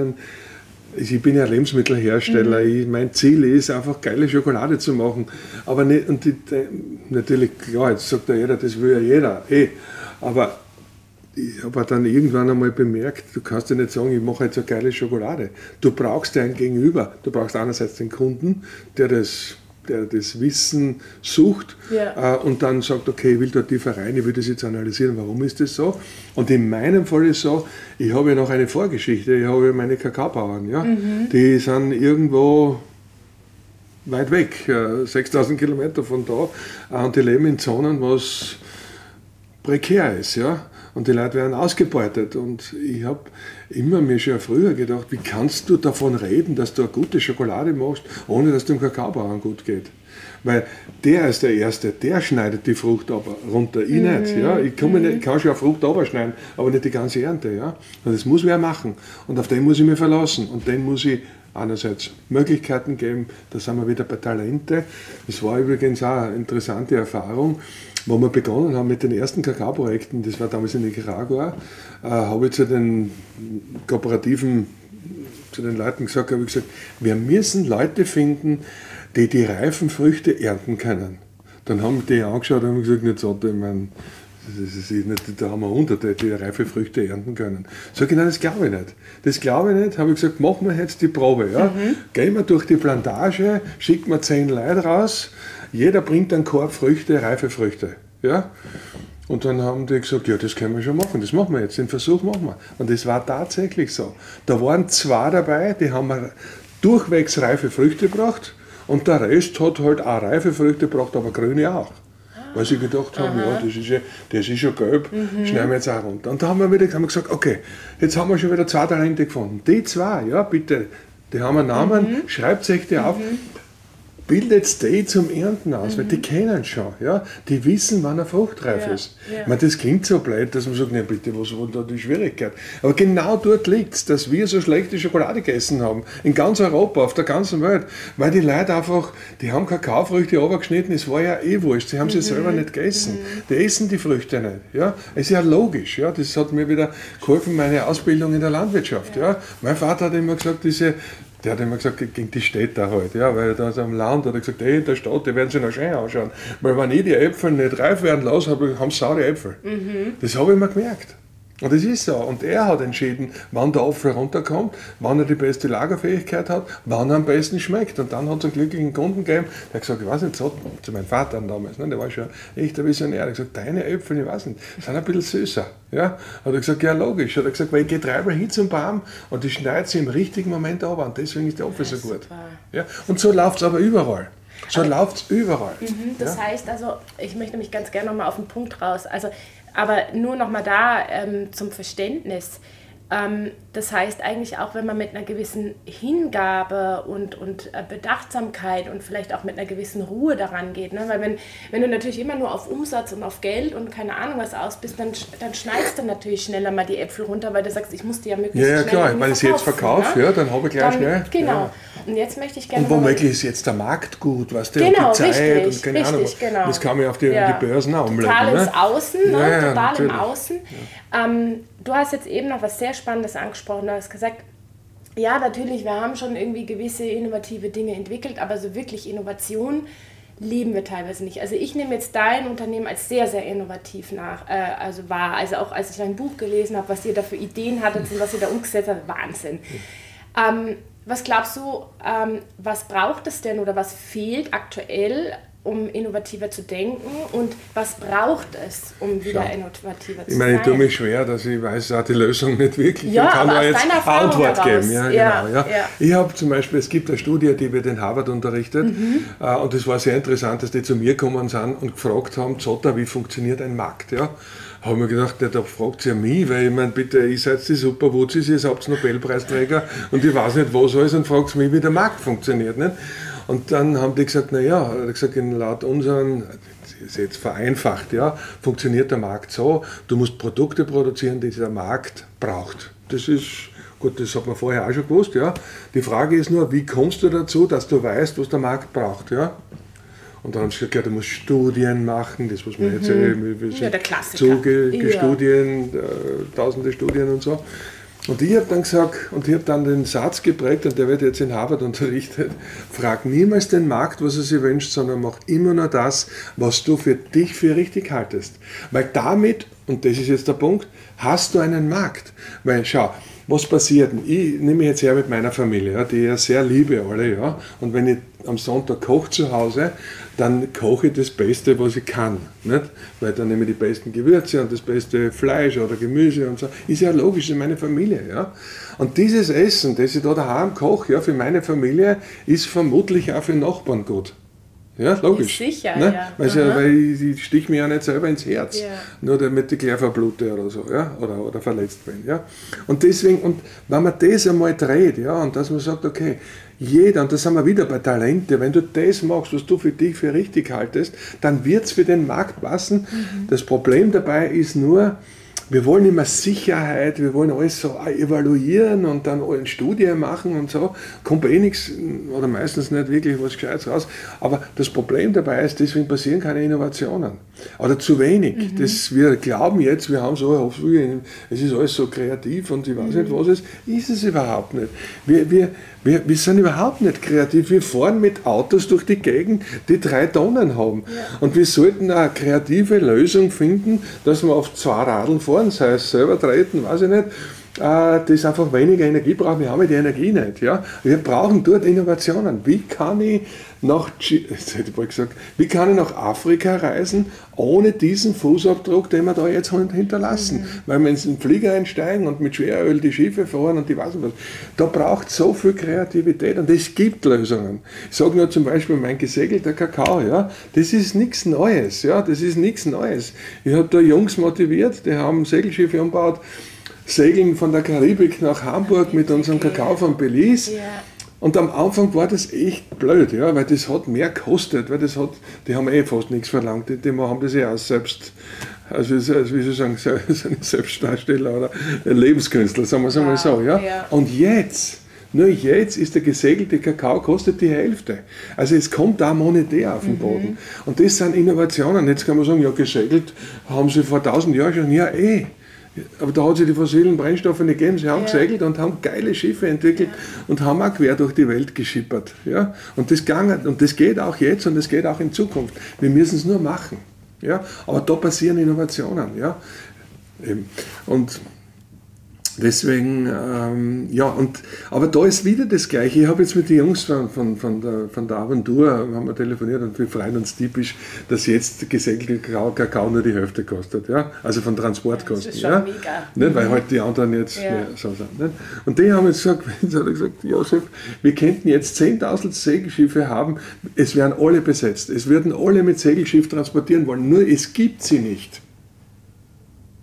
ich bin ja Lebensmittelhersteller, mein Ziel ist einfach geile Schokolade zu machen, aber nicht, und natürlich, klar, jetzt sagt ja jeder, das will ja jeder, aber ich habe dann irgendwann einmal bemerkt, du kannst ja nicht sagen, ich mache jetzt eine geile Schokolade. Du brauchst ja ein Gegenüber. Du brauchst einerseits den Kunden, der das Wissen sucht und dann sagt, okay, ich will dort tiefer rein, ich will das jetzt analysieren, warum ist das so? Und in meinem Fall ist es so, ich habe ja noch eine Vorgeschichte, ich habe ja meine Kakaobauern, ja? Die sind irgendwo weit weg, 6000 Kilometer von da, und die leben in Zonen, was prekär ist, ja. Und die Leute werden ausgebeutet. Und ich habe immer mir schon früher gedacht, wie kannst du davon reden, dass du eine gute Schokolade machst, ohne dass es dem Kakaobauern gut geht? Weil der ist der Erste, der schneidet die Frucht runter, ich nicht. Ja? Ich kann schon eine Frucht runterschneiden, aber nicht die ganze Ernte. Ja? Und das muss wer machen. Und auf den muss ich mich verlassen. Und den muss ich einerseits Möglichkeiten geben, da sind wir wieder bei Talente. Das war übrigens auch eine interessante Erfahrung. Wo wir begonnen haben mit den ersten Kakaoprojekten, das war damals in Nicaragua, habe ich zu den Kooperativen, zu den Leuten gesagt, wir müssen Leute finden, die reifen Früchte ernten können. Dann haben die angeschaut und haben gesagt, nicht so, ich meine, da haben wir Hunderte, die reife Früchte ernten können. Sag ich, nein, das glaube ich nicht. Das glaube ich nicht. Habe ich gesagt, machen wir jetzt die Probe. Ja? Gehen wir durch die Plantage, schicken wir 10 Leute raus, jeder bringt einen Korb Früchte, reife Früchte. Ja? Und dann haben die gesagt, ja, das können wir schon machen, das machen wir jetzt, den Versuch machen wir. Und das war tatsächlich so. Da waren 2 dabei, die haben durchwegs reife Früchte gebracht und der Rest hat halt auch reife Früchte gebracht, aber grüne auch. Weil sie gedacht haben, ja, das ist schon gelb, schneiden wir jetzt auch runter. Und da haben wir gesagt, okay, jetzt haben wir schon wieder 2 Talente gefunden. Die 2, ja bitte, die haben einen Namen, schreibt euch die auf. Bildet die zum Ernten aus, weil die kennen schon, ja? Die wissen, wann eine Frucht reif ist. Ja. Ich meine, das klingt so blöd, dass man sagt, ne, bitte, was war da die Schwierigkeit? Aber genau dort liegt es, dass wir so schlechte Schokolade gegessen haben, in ganz Europa, auf der ganzen Welt, weil die Leute einfach, die haben Kakaofrüchte runtergeschnitten, es war ja wurscht, sie haben sie selber nicht gegessen. Die essen die Früchte nicht, ja? Es ist ja logisch, ja? Das hat mir wieder geholfen, meine Ausbildung in der Landwirtschaft, ja? Mein Vater hat immer gesagt, der hat immer gesagt, gegen die Städter halt, ja, weil da so am Land hat er gesagt, in der Stadt, die werden sich noch schön ausschauen. Weil wenn ich die Äpfel nicht reif werden lasse, haben sie saure Äpfel. Das habe ich mir gemerkt. Und das ist so. Und er hat entschieden, wann der Apfel runterkommt, wann er die beste Lagerfähigkeit hat, wann er am besten schmeckt. Und dann hat es einen glücklichen Kunden gegeben, der hat gesagt, ich weiß nicht, so, zu meinem Vater damals, ne, der war schon echt ein Visionär, der hat gesagt, deine Äpfel, ich weiß nicht, sind ein bisschen süßer. Ja? Hat er gesagt, ja logisch. Hat er gesagt, weil ich gehe 3-mal hin zum Baum und ich schneide sie im richtigen Moment ab und deswegen ist der Apfel so gut. Ja? Und so läuft es aber überall. So läuft es überall. Das heißt also, ich möchte mich ganz gerne nochmal auf den Punkt raus. Also, aber nur nochmal da zum Verständnis. Das heißt eigentlich auch, wenn man mit einer gewissen Hingabe und Bedachtsamkeit und vielleicht auch mit einer gewissen Ruhe daran geht, ne? Weil wenn du natürlich immer nur auf Umsatz und auf Geld und keine Ahnung was aus bist, dann schneidest du natürlich schneller mal die Äpfel runter, weil du sagst, ich muss die ja möglichst schnell klar, weil ich sie jetzt verkaufe, ne? Dann habe ich gleich schnell. Genau. Ja. Und jetzt möchte ich gerne... Und womöglich ist jetzt der Markt gut, weißt du, genau, und die Zeit richtig, und keine Ahnung. Genau. Das kann man auf die Börsen auch umlegen. Total ins Außen, ne? Total natürlich. im Außen. Ja. Du hast jetzt eben noch was sehr Spannendes angesprochen. Du hast gesagt, ja, natürlich, wir haben schon irgendwie gewisse innovative Dinge entwickelt, aber so wirklich Innovation leben wir teilweise nicht. Also ich nehme jetzt dein Unternehmen als sehr, sehr innovativ wahr. Also auch als ich dein Buch gelesen habe, was ihr da für Ideen hattet und was ihr da umgesetzt habt, Wahnsinn. Was glaubst du, was braucht es denn oder was fehlt aktuell, um innovativer zu denken, und was braucht es, um wieder innovativer zu sein? Ich meine, ich tue mich schwer, dass ich weiß auch die Lösung nicht wirklich und kann aber da jetzt Antwort geben. Ja, genau. Ich habe zum Beispiel, es gibt eine Studie, die wird in Harvard unterrichtet, und das war sehr interessant, dass die zu mir gekommen sind und gefragt haben, Zotter, wie funktioniert ein Markt? Ja? Habe ich mir gedacht, da fragt sie ja mich, weil ich meine, bitte, ihr seid die Superwuzis, ihr seid Nobelpreisträger und ich weiß nicht was alles, und fragt mich, wie der Markt funktioniert. Nicht? Und dann haben die gesagt, laut unseren, das ist jetzt vereinfacht, funktioniert der Markt so, du musst Produkte produzieren, die der Markt braucht. Das ist, gut, das hat man vorher auch schon gewusst, Die Frage ist nur, wie kommst du dazu, dass du weißt, was der Markt braucht, Und dann haben sie gesagt, du musst Studien machen, das was wir jetzt der Klassiker. Studien, tausende Studien und so. Und ich habe dann gesagt, und ich habe dann den Satz geprägt, und der wird jetzt in Harvard unterrichtet: Frag niemals den Markt, was er sich wünscht, sondern mach immer nur das, was du für dich für richtig haltest. Weil damit, und das ist jetzt der Punkt, hast du einen Markt. Weil schau, was passiert? Ich nehme mich jetzt her mit meiner Familie, die ich ja sehr liebe alle, und wenn ich am Sonntag koche zu Hause, dann koche ich das Beste, was ich kann, nicht? Weil dann nehme ich die besten Gewürze und das beste Fleisch oder Gemüse und so. Ist ja logisch, in meiner Familie, Und dieses Essen, das ich da daheim koche, für meine Familie, ist vermutlich auch für Nachbarn gut. Ja, logisch. Ist sicher, ne? Weil ich stich mir ja nicht selber ins Herz, nur damit ich gleich verblute oder so, oder verletzt bin. Und deswegen, und wenn man das einmal dreht, und dass man sagt, okay, jeder, und da sind wir wieder bei Talente, wenn du das machst, was du für dich für richtig haltest, dann wird es für den Markt passen. Das Problem dabei ist nur, wir wollen immer Sicherheit, wir wollen alles so evaluieren und dann eine Studie machen und so, kommt bei nichts oder meistens nicht wirklich was Gescheites raus. Aber das Problem dabei ist, deswegen passieren keine Innovationen. Oder zu wenig. Wir glauben jetzt, wir haben so, es ist alles so kreativ und ich weiß nicht, was es ist. Es überhaupt nicht. Wir sind überhaupt nicht kreativ. Wir fahren mit Autos durch die Gegend, die 3 Tonnen haben. Und wir sollten eine kreative Lösung finden, dass wir auf 2 Radeln fahren, sei es selber treten, weiß ich nicht, das einfach weniger Energie braucht. Wir haben ja die Energie nicht. Wir brauchen dort Innovationen. Wie kann ich nach Afrika reisen, ohne diesen Fußabdruck, den wir da jetzt hinterlassen? Weil wir in den Flieger einsteigen und mit Schweröl die Schiffe fahren und die weiß nicht was. Da braucht es so viel Kreativität und es gibt Lösungen. Ich sage nur zum Beispiel mein gesegelter Kakao, das ist nichts Neues. Das ist nichts Neues. Ich habe da Jungs motiviert, die haben Segelschiffe umgebaut, segeln von der Karibik nach Hamburg mit unserem Kakao von Belize. Und am Anfang war das echt blöd, weil das hat mehr gekostet, weil die haben fast nichts verlangt, die haben das auch selbst, wie soll ich sagen, Selbstdarsteller oder Lebenskünstler, sagen wir es einmal so. Und jetzt, nur jetzt ist der gesegelte Kakao, kostet die Hälfte. Also es kommt da monetär auf den Boden. Und das sind Innovationen. Jetzt kann man sagen, gesegelt haben sie vor 1000 Jahren schon, aber da hat es die fossilen Brennstoffe nicht gegeben. Sie haben gesegelt und haben geile Schiffe entwickelt und haben auch quer durch die Welt geschippert. Und das geht auch jetzt und das geht auch in Zukunft. Wir müssen es nur machen. Aber da passieren Innovationen. Eben. Und deswegen, aber da ist wieder das Gleiche. Ich habe jetzt mit den Jungs von der Aventur haben wir telefoniert und wir freuen uns typisch, dass jetzt gesegelte Kakao nur die Hälfte kostet. Also von Transportkosten. Das ist schon mega. Nicht, weil halt die anderen jetzt mehr so sind. Nicht? Und die haben jetzt gesagt, Josef, wir könnten jetzt 10.000 Segelschiffe haben, es wären alle besetzt. Es würden alle mit Segelschiff transportieren wollen, nur es gibt sie nicht.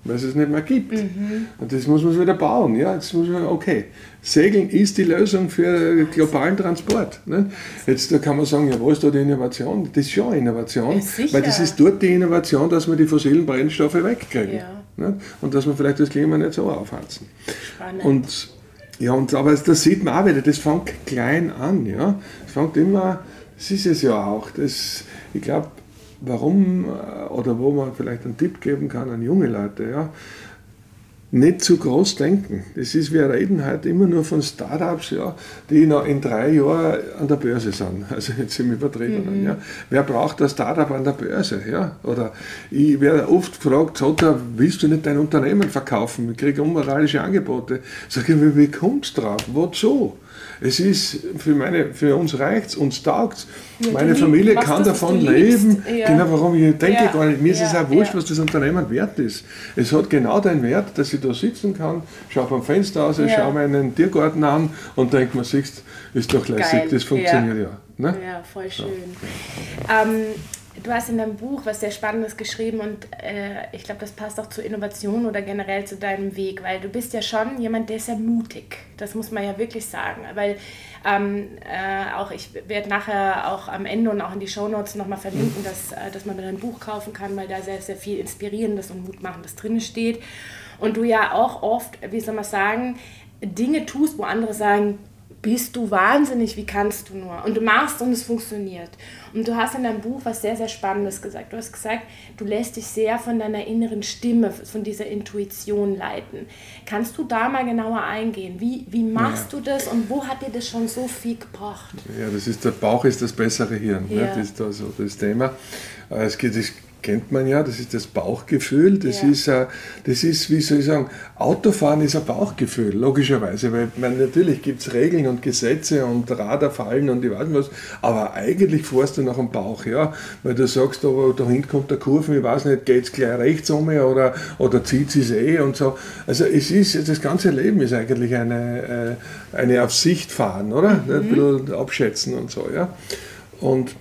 weil es nicht mehr gibt. Und das muss man wieder bauen. Ja? Jetzt muss man, okay, Segeln ist die Lösung für globalen Transport. Ne? Jetzt da kann man sagen, ja, wo ist da die Innovation? Das ist schon eine Innovation, weil das ist dort die Innovation, dass wir die fossilen Brennstoffe wegkriegen. Ja. Ne? Und dass wir vielleicht das Klima nicht so aufheizen. Spannend. Aber das sieht man auch wieder, das fängt klein an. Ja? Es fängt immer, das ist es ja auch. Ich glaube, warum oder wo man vielleicht einen Tipp geben kann an junge Leute, ja, nicht zu groß denken. Das ist, wir reden heute immer nur von Startups, ja, die noch in 3 Jahren an der Börse sind. Also jetzt im Übertriebenen. Ja. Wer braucht ein Startup an der Börse? Ja? Oder ich werde oft gefragt, willst du nicht dein Unternehmen verkaufen? Ich kriege unmoralische Angebote. Sag ich, wie kommt es drauf? Wozu? Es ist, für uns reicht es, uns taugt es. Ja, meine Familie kann davon leben. Ja. Genau, warum ich denke gar nicht. Mir ist es auch wurscht, was das Unternehmen wert ist. Es hat genau den Wert, dass ich da sitzen kann, schaue vom Fenster aus, schaue mir einen Tiergarten an und denke mir, siehst, ist doch lässig, geil. Das funktioniert ja. Ne? Ja, voll schön. Du hast in deinem Buch was sehr Spannendes geschrieben und ich glaube, das passt auch zur Innovation oder generell zu deinem Weg, weil du bist ja schon jemand, der ist ja mutig. Das muss man ja wirklich sagen, weil auch ich werde nachher auch am Ende und auch in die Shownotes nochmal verlinken, dass man dein Buch kaufen kann, weil da sehr, sehr viel Inspirierendes und Mutmachendes drin steht. Und du ja auch oft, wie soll man sagen, Dinge tust, wo andere sagen, bist du wahnsinnig, wie kannst du nur? Und du machst und es funktioniert. Und du hast in deinem Buch was sehr, sehr Spannendes gesagt. Du hast gesagt, du lässt dich sehr von deiner inneren Stimme, von dieser Intuition leiten. Kannst du da mal genauer eingehen? Wie machst du das und wo hat dir das schon so viel gebracht? Ja, der Bauch ist das bessere Hirn. Ja. Ne? Das ist da so das Thema. Das kennt man ja, das ist das Bauchgefühl, das ist, wie soll ich sagen, Autofahren ist ein Bauchgefühl, logischerweise, weil natürlich gibt es Regeln und Gesetze und Radarfallen und ich weiß nicht was, aber eigentlich fährst du nach dem Bauch, ja, weil du sagst, aber da hinten kommt der Kurve, ich weiß nicht, geht es gleich rechts um oder zieht es und so. Also das ganze Leben ist eigentlich eine auf Sicht fahren, oder? Ein bisschen abschätzen und so, ja. Und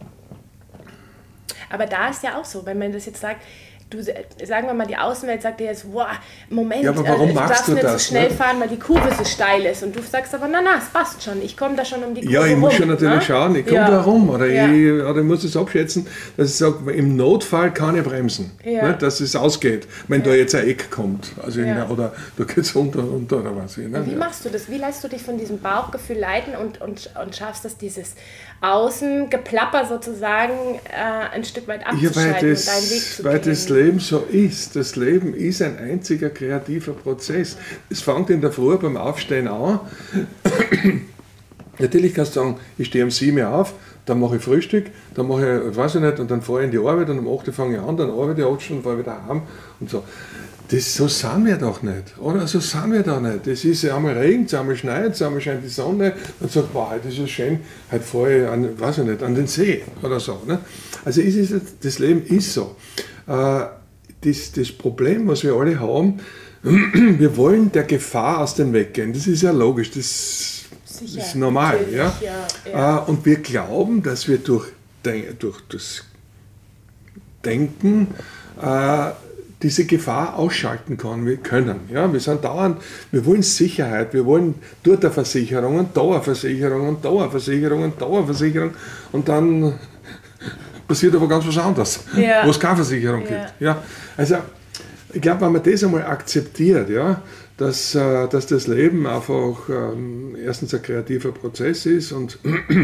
aber da ist ja auch so, wenn man das jetzt sagt, sagen wir mal, die Außenwelt sagt dir jetzt, wow, Moment, ja, aber warum du darfst nicht das, so schnell fahren, weil die Kurve so steil ist. Und du sagst aber, na, es passt schon, ich komme da schon um die Kurve rum. Ja, ich muss schon natürlich schauen, ich komme da rum. Oder ich muss es abschätzen, dass ich sage, im Notfall kann ich bremsen, ne, dass es ausgeht, wenn da jetzt ein Eck kommt. Also oder da geht es unter oder was. Ne? Wie machst du das? Wie lässt du dich von diesem Bauchgefühl leiten und schaffst das, dieses Außengeplapper sozusagen ein Stück weit abzuschalten und deinen Weg zu gehen? Weil das Leben so ist. Das Leben ist ein einziger kreativer Prozess. Es fängt in der Früh beim Aufstehen an. Natürlich kannst du sagen, ich stehe um 7 Uhr auf, dann mache ich Frühstück, dann mache ich, weiß ich nicht, und dann fahre ich in die Arbeit und um 8 Uhr fange ich an, dann arbeite ich 8 Stunden, fahre wieder heim und so. So sind wir doch nicht, oder? So sind wir doch nicht. Das ist einmal regnet, einmal schneit, einmal scheint die Sonne und sagt, wow, heute ist es schön, heute fahre ich an den See oder so. Ne? Also das Leben ist so. Das Problem, was wir alle haben, wir wollen der Gefahr aus dem Weg gehen. Das ist ja logisch, das ist normal. Ja? Und wir glauben, dass wir durch das Denken diese Gefahr ausschalten können. Ja, wir sind dauernd, wir wollen Sicherheit, wir wollen dort eine Versicherung und da eine Versicherung und da eine Versicherung und da eine Versicherung und dann passiert aber ganz was anderes, wo es keine Versicherung gibt. Ja, also ich glaube, wenn man das einmal akzeptiert, ja, dass das Leben einfach erstens ein kreativer Prozess ist und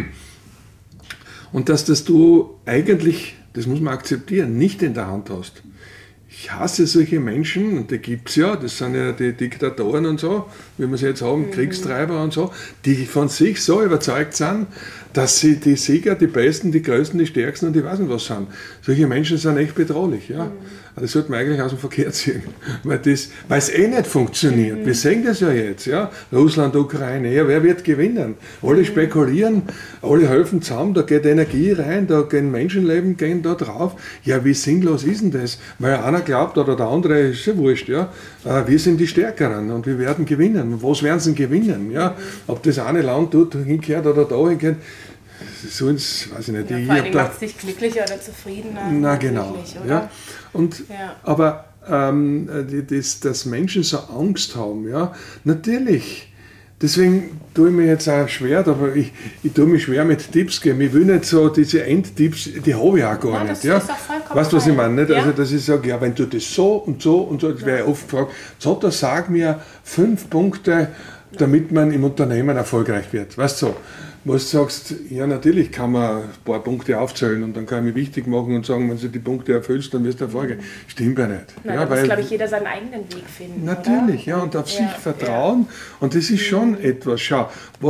dass du eigentlich, das muss man akzeptieren, nicht in der Hand hast. Ich hasse solche Menschen, und die gibt es ja, das sind ja die Diktatoren und so, wie wir sie jetzt haben, Kriegstreiber und so, die von sich so überzeugt sind, dass sie die Sieger, die Besten, die Größten, die Stärksten und die weiß nicht was sind. Solche Menschen sind echt bedrohlich. Ja? Das sollte man eigentlich aus dem Verkehr ziehen, weil es eh nicht funktioniert. Wir sehen das ja jetzt. Ja? Russland, Ukraine, ja, wer wird gewinnen? Alle spekulieren, alle helfen zusammen, da geht Energie rein, da gehen Menschenleben gehen da drauf. Ja, wie sinnlos ist denn das? Weil einer glaubt oder der andere, ist ja wurscht. Ja? Wir sind die Stärkeren und wir werden gewinnen. Was werden sie gewinnen? Ja? Ob das eine Land dort hinkehrt oder da hinkehrt, so ins, weiß ich nicht. Ja, vor allem macht es dich glücklicher oder zufriedener. Na genau. Wirklich, oder? Ja. Aber dass Menschen so Angst haben. Ja? Natürlich. Deswegen tue ich mir jetzt auch schwer, aber ich tue mich schwer mit Tipps geben. Ich will nicht so diese Endtipps, die habe ich auch gar nicht. Ja? Weißt du, was ich meine? Nicht? Ja. Also, dass ich sage, ja, wenn du das so und so und so, das wäre oft gefragt, so, sag mir 5 Punkte, damit man im Unternehmen erfolgreich wird. Weißt du, so, wo du sagst, ja, natürlich kann man ein paar Punkte aufzählen und dann kann ich mich wichtig machen und sagen, wenn du die Punkte erfüllst, dann wirst du erfolgreich. Stimmt ja nicht. Nein, ja, da muss, glaube ich, jeder seinen eigenen Weg finden. Natürlich, oder? Ja, und auf sich vertrauen. Und das ist schon etwas. Schau,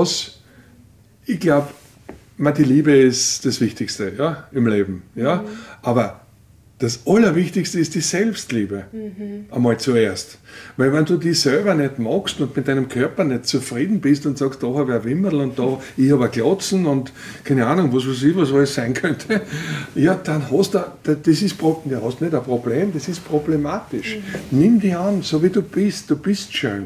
ich glaube, die Liebe ist das Wichtigste, ja, im Leben. Ja? Aber das Allerwichtigste ist die Selbstliebe, einmal zuerst. Weil wenn du dich selber nicht magst und mit deinem Körper nicht zufrieden bist und sagst, da habe ich ein Wimmerl und da ich habe ein Glotzen und keine Ahnung, was alles sein könnte, ja, dann hast du, das ist, hast nicht ein Problem, das ist problematisch. Nimm dich an, so wie du bist schön.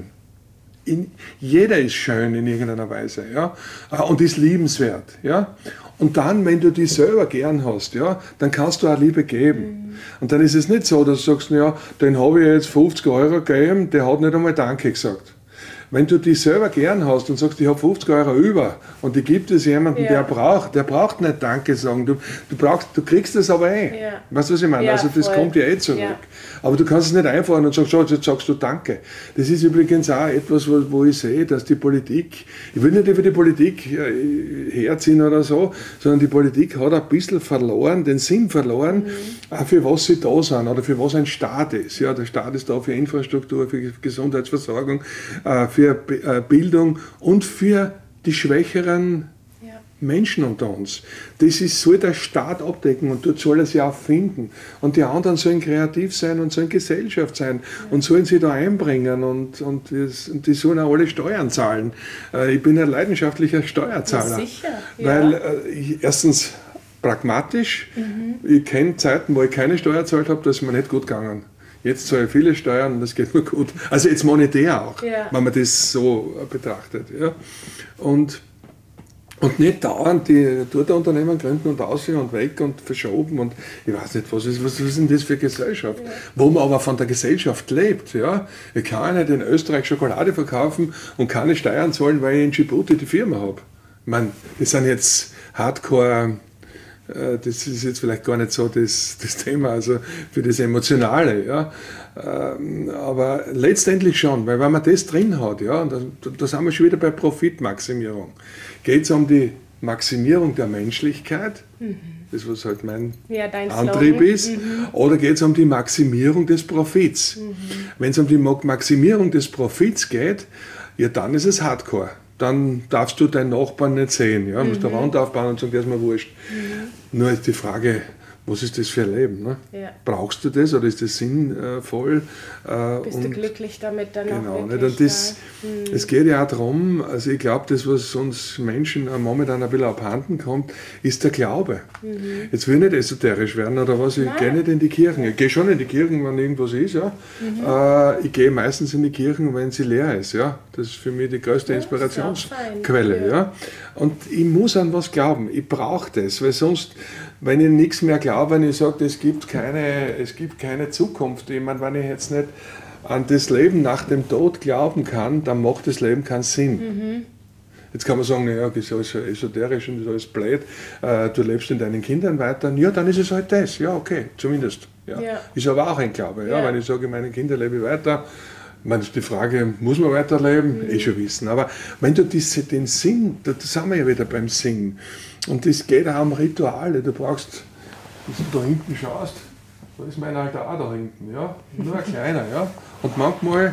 Jeder ist schön in irgendeiner Weise, ja, und ist liebenswert, ja. Und dann, wenn du dich selber gern hast, ja, dann kannst du auch Liebe geben. Und dann ist es nicht so, dass du sagst, ja, den habe ich jetzt 50 Euro gegeben, der hat nicht einmal Danke gesagt. Wenn du dich selber gern hast und sagst, ich habe 50 Euro über und die gibt es jemanden, der braucht nicht Danke sagen. Du kriegst es aber eh. Ja. Weißt du, was ich meine? Also das kommt ja zurück. Ja. Aber du kannst es nicht einfahren und sagst, so, jetzt sagst du Danke. Das ist übrigens auch etwas, wo ich sehe, dass die Politik, ich will nicht über die Politik herziehen oder so, sondern die Politik hat ein bisschen verloren, den Sinn verloren, auch für was sie da sind oder für was ein Staat ist. Ja, der Staat ist da für Infrastruktur, für Gesundheitsversorgung, für Bildung und für die schwächeren Menschen unter uns. Das soll der Staat abdecken und dort soll er sich auch finden. Und die anderen sollen kreativ sein und sollen Gesellschaft sein und sollen sich da einbringen und die sollen auch alle Steuern zahlen. Ich bin ein leidenschaftlicher Steuerzahler. Ja, sicher. Weil erstens pragmatisch, ich kenne Zeiten, wo ich keine Steuer gezahlt habe, das ist mir nicht gut gegangen. Jetzt zahle ich viele Steuern und das geht mir gut. Also jetzt monetär auch, wenn man das so betrachtet. Ja. Und nicht dauernd dort ein Unternehmen gründen und aussehen und weg und verschoben und ich weiß nicht, was ist denn das für Gesellschaft? Ja. Wo man aber von der Gesellschaft lebt. Ja. Ich kann nicht in Österreich Schokolade verkaufen und keine Steuern zahlen, weil ich in Djibouti die Firma habe. Ich meine, das sind jetzt Hardcore. Das ist jetzt vielleicht gar nicht so das Thema, also für das Emotionale, ja. Aber letztendlich schon, weil wenn man das drin hat, ja, und da sind wir schon wieder bei Profitmaximierung. Geht es um die Maximierung der Menschlichkeit, das was halt mein Antrieb ist, oder geht es um die Maximierung des Profits? Wenn es um die Maximierung des Profits geht, ja, dann ist es Hardcore. Dann darfst du deinen Nachbarn nicht sehen. Ja? Du musst eine Wand aufbauen und sagen, das ist mir wurscht. Nur ist die Frage, was ist das für ein Leben? Ne? Ja. Brauchst du das oder ist das sinnvoll? Bist du glücklich damit dann auch wirklich? Und es geht ja auch darum, also ich glaube, das, was uns Menschen momentan ein bisschen abhanden kommt, ist der Glaube. Jetzt will ich nicht esoterisch werden oder was, ich gehe nicht in die Kirchen. Ich gehe schon in die Kirchen, wenn irgendwas ist. Ja. Ich gehe meistens in die Kirchen, wenn sie leer ist. Ja. Das ist für mich die größte Inspirationsquelle. Ja. Und ich muss an was glauben, ich brauche das, weil sonst, wenn ich nichts mehr glaube, wenn ich sage, es gibt keine Zukunft, ich meine, wenn ich jetzt nicht an das Leben nach dem Tod glauben kann, dann macht das Leben keinen Sinn. Jetzt kann man sagen, naja, das ist alles esoterisch und das ist alles blöd, du lebst in deinen Kindern weiter, ja, dann ist es halt das, ja, okay, zumindest. Ja. Ist aber auch ein Glaube, ja. Wenn ich sage, meine Kinder lebe ich weiter, ich meine, die Frage, muss man weiterleben? Schon wissen. Aber wenn du den Sinn, da sind wir ja wieder beim Sinn. Und das geht auch um Rituale. Du brauchst, wenn du da hinten schaust, da ist mein Altar auch da hinten, ja. Nur ein kleiner, ja. Und manchmal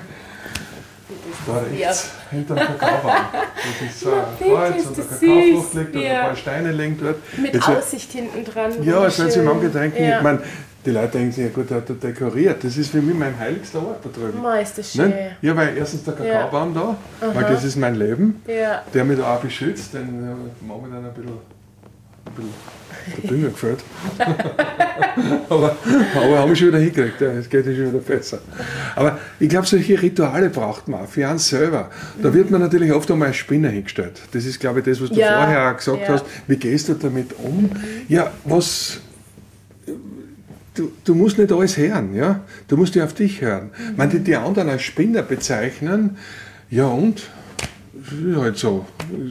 da rechts, hinter dem Kakaobaum. Das ist so ein Kreuz und der Kakaofrucht liegt und ein paar Steine liegen dort. Mit jetzt, Aussicht hinten dran. Ja, als wenn sie manche denken, ich meine, die Leute denken sich, ja gut, der hat er dekoriert. Das ist für mich mein heiligster Ort da drüben. Ist das schön. Ne? Ja, weil erstens der Kakaobaum da, weil das ist mein Leben, der mich da auch beschützt, den momentan ein bisschen der Dünger gefällt. aber haben wir schon wieder hingekriegt, es geht schon wieder besser. Aber ich glaube, solche Rituale braucht man auch für einen selber. Da wird man natürlich oft einmal als Spinner hingestellt. Das ist, glaube ich, das, was du vorher auch gesagt hast. Wie gehst du damit um? Ja, du musst nicht alles hören, ja? Du musst ja auf dich hören. Wenn die anderen als Spinner bezeichnen, ja und? Das ist halt so.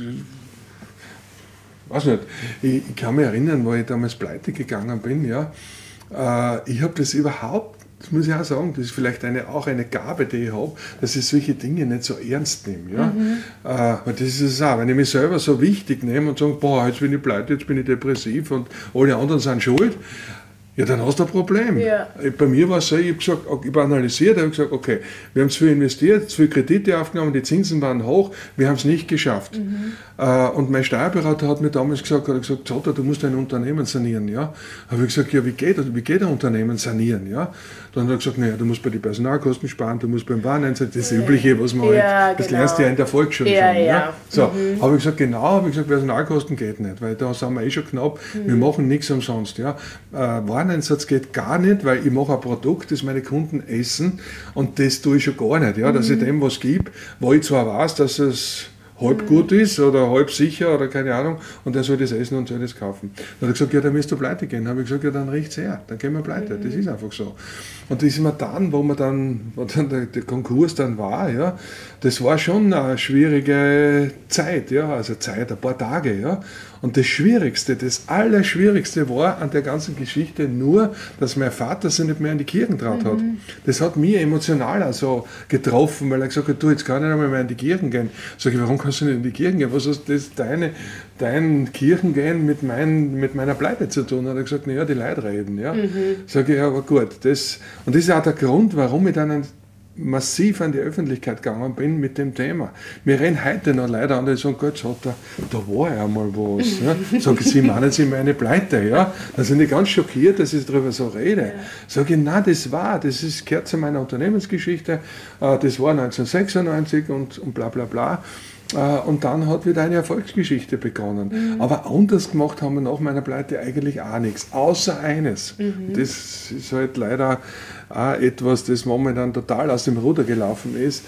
Weiß nicht. Ich kann mich erinnern, wo ich damals pleite gegangen bin, ja. Ich habe das überhaupt, das muss ich auch sagen, das ist vielleicht auch eine Gabe, die ich habe, dass ich solche Dinge nicht so ernst nehme. Ja? Weil das ist es auch, wenn ich mich selber so wichtig nehme und sage, boah, jetzt bin ich pleite, jetzt bin ich depressiv und alle anderen sind schuld, ja, dann hast du ein Problem. Ja. Bei mir war es so, ich habe analysiert, habe gesagt, okay, wir haben zu viel investiert, zu viel Kredite aufgenommen, die Zinsen waren hoch, wir haben es nicht geschafft. Und mein Steuerberater hat mir damals gesagt, Zotter, du musst dein Unternehmen sanieren. Ja? Habe ich gesagt, ja, wie geht ein Unternehmen sanieren? Ja? Dann hat er gesagt, naja, du musst bei den Personalkosten sparen, du musst beim Wareneinsatz, das Übliche, was man halt, das lernst du ja in der Volksschule schon. Ja? So, habe ich gesagt, Personalkosten geht nicht, weil da sind wir schon knapp, wir machen nichts umsonst. Ja? Wareneinsatz geht gar nicht, weil ich mache ein Produkt, das meine Kunden essen und das tue ich schon gar nicht, ja? Dass ich dem was gebe, wo ich zwar weiß, dass es halb gut ist oder halb sicher oder keine Ahnung und der soll das essen und soll das kaufen. Dann hat er gesagt, ja, dann wirst du pleite gehen. Dann habe ich gesagt, ja, dann riecht's her, dann gehen wir pleite. Das ist einfach so. Und das ist mir dann, wo dann der Konkurs dann war, ja, das war schon eine schwierige Zeit, ja, also ein paar Tage, ja. Und das Schwierigste, das Allerschwierigste war an der ganzen Geschichte nur, dass mein Vater sich nicht mehr in die Kirchen traut hat. Das hat mich emotional also getroffen, weil er gesagt hat, du, jetzt kann ich nicht mehr in die Kirchen gehen. Sag ich, warum kannst du nicht in die Kirchen gehen? Was hat das dein Kirchengehen mit meiner Pleite zu tun? Hat er gesagt, naja, die Leute reden. Ja. Sag ich, ja, aber gut. Und das ist auch der Grund, warum ich dann massiv an die Öffentlichkeit gegangen bin mit dem Thema. Wir reden heute noch Leute an, die sagen, Gott, da war ja mal was. Ja. Sagen sie, meinen Sie meine Pleite? Ja. Dann sind die ganz schockiert, dass ich darüber so rede. Ja. Sage ich, nein, das gehört zu meiner Unternehmensgeschichte, das war 1996 und bla bla bla. Und dann hat wieder eine Erfolgsgeschichte begonnen. Aber anders gemacht haben wir nach meiner Pleite eigentlich auch nichts, außer eines. Das ist halt leider auch etwas, das momentan total aus dem Ruder gelaufen ist.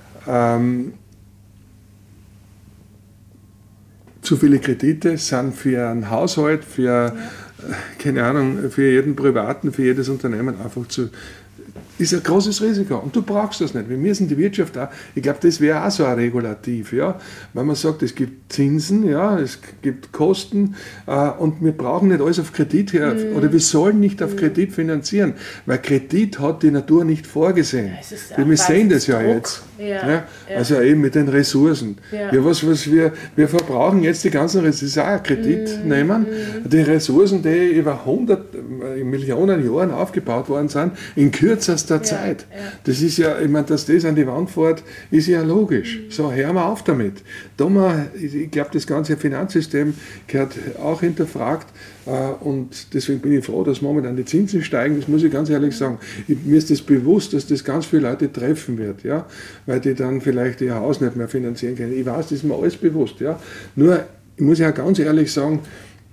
Zu viele Kredite sind für einen Haushalt, keine Ahnung, für jeden Privaten, für jedes Unternehmen einfach ist ein großes Risiko und du brauchst das nicht. Wir müssen die Wirtschaft auch, ich glaube, das wäre auch so ein Regulativ, ja, weil man sagt, es gibt Zinsen, ja, es gibt Kosten und wir brauchen nicht alles auf Kredit oder wir sollen nicht auf Kredit finanzieren, weil Kredit hat die Natur nicht vorgesehen. Ja, wir sehen das ja jetzt. Ja. Also eben mit den Ressourcen. Ja, was wir verbrauchen jetzt die ganzen Ressourcen, das ist auch ein Kredit nehmen, die Ressourcen, die über 100 Millionen Jahren aufgebaut worden sind, in kürzester Zeit. Ja. Das ist ja, ich meine, dass das an die Wand fährt, ist ja logisch. So, hören wir auf damit. Ich glaube, das ganze Finanzsystem gehört auch hinterfragt und deswegen bin ich froh, dass momentan die Zinsen steigen, das muss ich ganz ehrlich sagen. Mir ist das bewusst, dass das ganz viele Leute treffen wird, ja, weil die dann vielleicht ihr Haus nicht mehr finanzieren können. Ich weiß, das ist mir alles bewusst. Ja. Nur, ich muss ja ganz ehrlich sagen,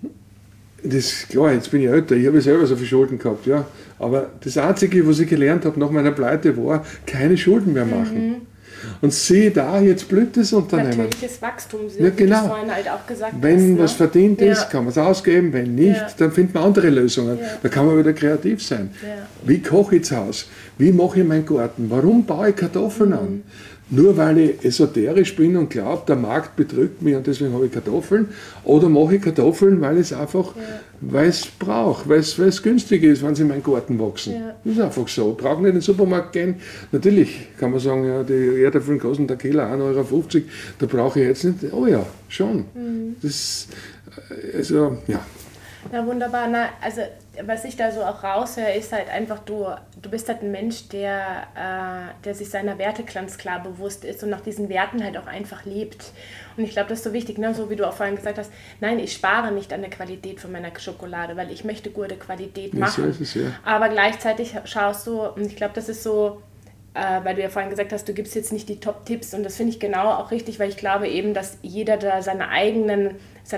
klar, jetzt bin ich älter, ich habe selber so viele Schulden gehabt, ja. Aber das Einzige, was ich gelernt habe nach meiner Pleite, war, keine Schulden mehr machen. Und sehe da, jetzt blüht das Unternehmen. Natürliches Wachstum, ja, genau. wie du es vorhin halt auch gesagt hast. Wenn was verdient ist, kann man es ausgeben, wenn nicht, dann findet man andere Lösungen. Da kann man wieder kreativ sein. Wie koche ich zu Hause? Wie mache ich meinen Garten? Warum baue ich Kartoffeln an? Nur weil ich esoterisch bin und glaube, der Markt betrügt mich und deswegen habe ich Kartoffeln. Oder mache ich Kartoffeln, weil ich es einfach, weil es brauche, weil es günstig ist, wenn sie in meinen Garten wachsen. Ja. Das ist einfach so. Ich brauche nicht in den Supermarkt gehen. Natürlich kann man sagen, ja, die Erdäpfel kosten der Kilo 1,50 €. Da brauche ich jetzt nicht. Oh ja, schon. Das, also, ja. Ja, wunderbar. Na, also, was ich da so auch raushöre, ist halt einfach, du bist halt ein Mensch, der sich seiner Werte ganz klar bewusst ist und nach diesen Werten halt auch einfach lebt. Und ich glaube, das ist so wichtig, ne? So wie du auch vorhin gesagt hast, nein, ich spare nicht an der Qualität von meiner Schokolade, weil ich möchte gute Qualität machen. So ist es, ja. Aber gleichzeitig schaust du, und ich glaube, das ist so, weil du ja vorhin gesagt hast, du gibst jetzt nicht die Top-Tipps und das finde ich genau auch richtig, weil ich glaube eben, dass jeder da seinen eigenen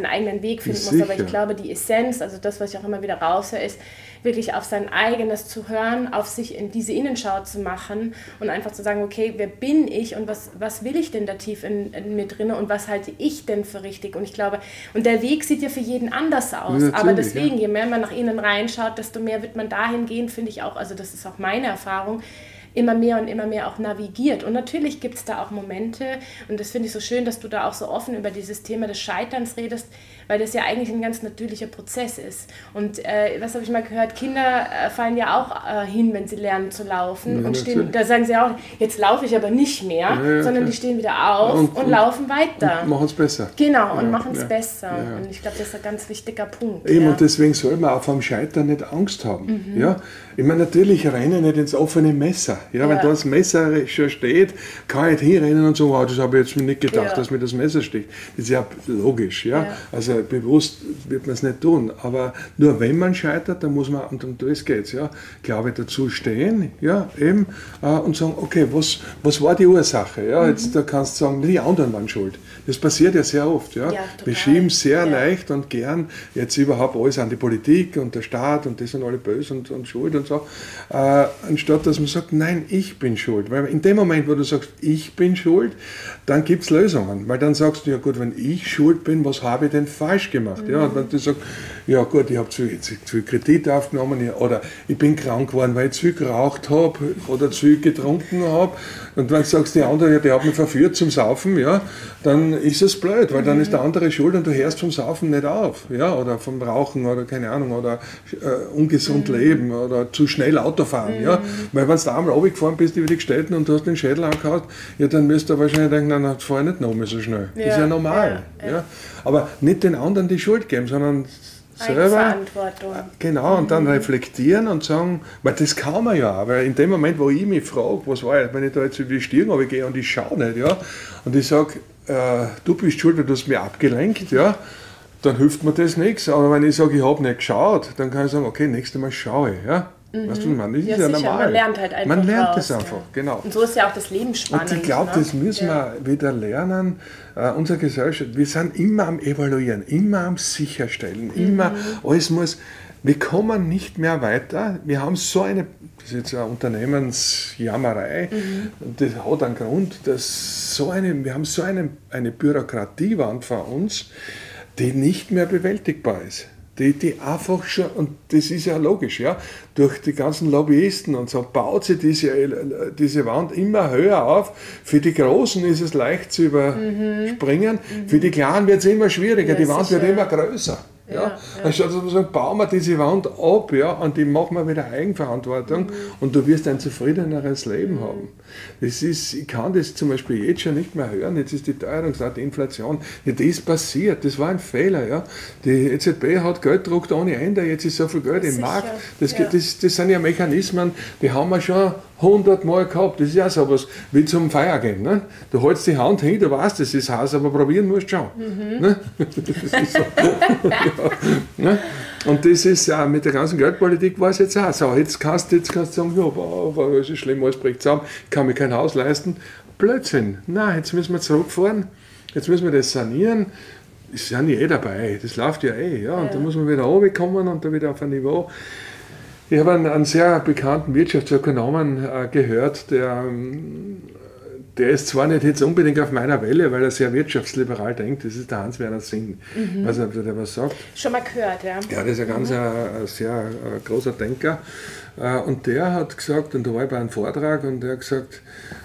Weg finden muss, aber ich glaube, die Essenz, also das, was ich auch immer wieder raushöre, ist wirklich auf sein eigenes zu hören, auf sich in diese Innenschau zu machen und einfach zu sagen, okay, wer bin ich und was will ich denn da tief in mir drin und was halte ich denn für richtig? Und ich glaube, und der Weg sieht ja für jeden anders aus, ja, aber deswegen, je mehr man nach innen reinschaut, desto mehr wird man dahin gehen, finde ich auch, also das ist auch meine Erfahrung, immer mehr und immer mehr auch navigiert. Und natürlich gibt es da auch Momente, und das finde ich so schön, dass du da auch so offen über dieses Thema des Scheiterns redest, weil das ja eigentlich ein ganz natürlicher Prozess ist. Und was habe ich mal gehört, Kinder fallen ja auch hin, wenn sie lernen zu laufen und stehen, da sagen sie auch, jetzt laufe ich aber nicht mehr, sondern die stehen wieder auf und laufen weiter. Und machen es besser. Genau, und machen es besser. Ja. Und ich glaube, das ist ein ganz wichtiger Punkt. Eben, und deswegen soll man auch vom Scheitern nicht Angst haben. Ja? Ich meine, natürlich renne ich nicht ins offene Messer. Ja? Wenn da das Messer schon steht, kann ich nicht hinrennen und so, wow, das habe ich jetzt mir nicht gedacht, dass mir das Messer sticht. Das ist ja logisch. Ja? Also bewusst wird man es nicht tun. Aber nur wenn man scheitert, dann muss man, und um das geht es, ja, glaube ich, dazu stehen, ja, eben, und sagen, okay, was war die Ursache? Ja? Jetzt da kannst du sagen, die anderen waren schuld. Das passiert ja sehr oft. Ja? Wir schieben sehr leicht und gern jetzt überhaupt alles an die Politik und der Staat und das sind alle böse und schuld und so, anstatt dass man sagt, nein, ich bin schuld. Weil in dem Moment, wo du sagst, ich bin schuld, dann gibt es Lösungen. Weil dann sagst du, ja gut, wenn ich schuld bin, was habe ich denn falsch gemacht? Ja, und wenn du sagst, ja gut, ich habe zu viel Kredit aufgenommen oder ich bin krank geworden, weil ich zu viel geraucht habe oder zu viel getrunken habe. Und wenn du sagst, die andere, ja, die hat mich verführt zum Saufen, ja, dann ist es blöd, weil dann ist der andere schuld und du hörst vom Saufen nicht auf. Ja, oder vom Rauchen oder keine Ahnung, oder ungesund leben oder zu schnell Auto fahren. Ja, weil wenn du einmal runtergefahren bist über die Gstätten und du hast den Schädel angehauen, ja, dann müsst ihr wahrscheinlich denken, nein, das fahr ich nicht noch mehr so schnell. Das ist ja normal. Ja. Aber nicht den anderen die Schuld geben, sondern selber. Verantwortung. Genau, und dann reflektieren und sagen, weil das kann man ja, weil in dem Moment, wo ich mich frage, was war jetzt, wenn ich da jetzt über die Stirn runtergehe und ich schaue nicht, ja, und ich sage, du bist schuld, weil du hast mich abgelenkt, ja, dann hilft mir das nichts. Aber wenn ich sage, ich habe nicht geschaut, dann kann ich sagen, okay, nächstes Mal schaue ich, ja. Weißt du, das ist ja normal. Man lernt halt einfach. Man lernt es einfach, genau. Und so ist ja auch das Leben spannend. Und ich glaube, das müssen wir wieder lernen. Unsere Gesellschaft, wir sind immer am Evaluieren, immer am Sicherstellen, immer, alles muss, wir kommen nicht mehr weiter. Wir haben so eine, das ist jetzt eine Unternehmensjammerei, und das hat einen Grund, dass wir haben so eine Bürokratiewand vor uns, die nicht mehr bewältigbar ist. Die einfach schon, und das ist ja logisch, ja, durch die ganzen Lobbyisten und so baut sich diese Wand immer höher auf. Für die Großen ist es leicht zu überspringen, für die Kleinen wird es immer schwieriger, die Wand wird immer größer. Ja. Anstatt dass wir sagen, bauen wir diese Wand ab, ja, und die machen wir wieder Eigenverantwortung und du wirst ein zufriedeneres Leben haben. Das ist, ich kann das zum Beispiel jetzt schon nicht mehr hören, jetzt ist die Teuerungsrate, die Inflation, ja, das ist passiert, das war ein Fehler. Ja. Die EZB hat Geld gedruckt ohne Ende, jetzt ist so viel Geld im Markt, das sind ja Mechanismen, die haben wir schon 100 Mal gehabt, das ist ja sowas wie zum Feier gehen. Ne? Du hältst die Hand hin, du weißt, das ist heiß, aber probieren musst du schon. Ne? Das ist so. Ne? Und das ist mit der ganzen Geldpolitik war es jetzt auch so. Jetzt kannst du sagen, ja, wow, es ist schlimm, alles bricht zusammen, ich kann mir kein Haus leisten. Blödsinn. Nein, jetzt müssen wir zurückfahren, jetzt müssen wir das sanieren. Es sind ja dabei, das läuft ja ja. Und da muss man wieder runterkommen und dann wieder auf ein Niveau. Ich habe einen sehr bekannten Wirtschaftsökonomen gehört, der ist zwar nicht jetzt unbedingt auf meiner Welle, weil er sehr wirtschaftsliberal denkt, das ist der Hans-Werner Sinn. Weiß nicht, ob der was sagt. Schon mal gehört, ja. Ja, das ist ein sehr großer Denker. Und der hat gesagt, und da war ich bei einem Vortrag, und der hat gesagt,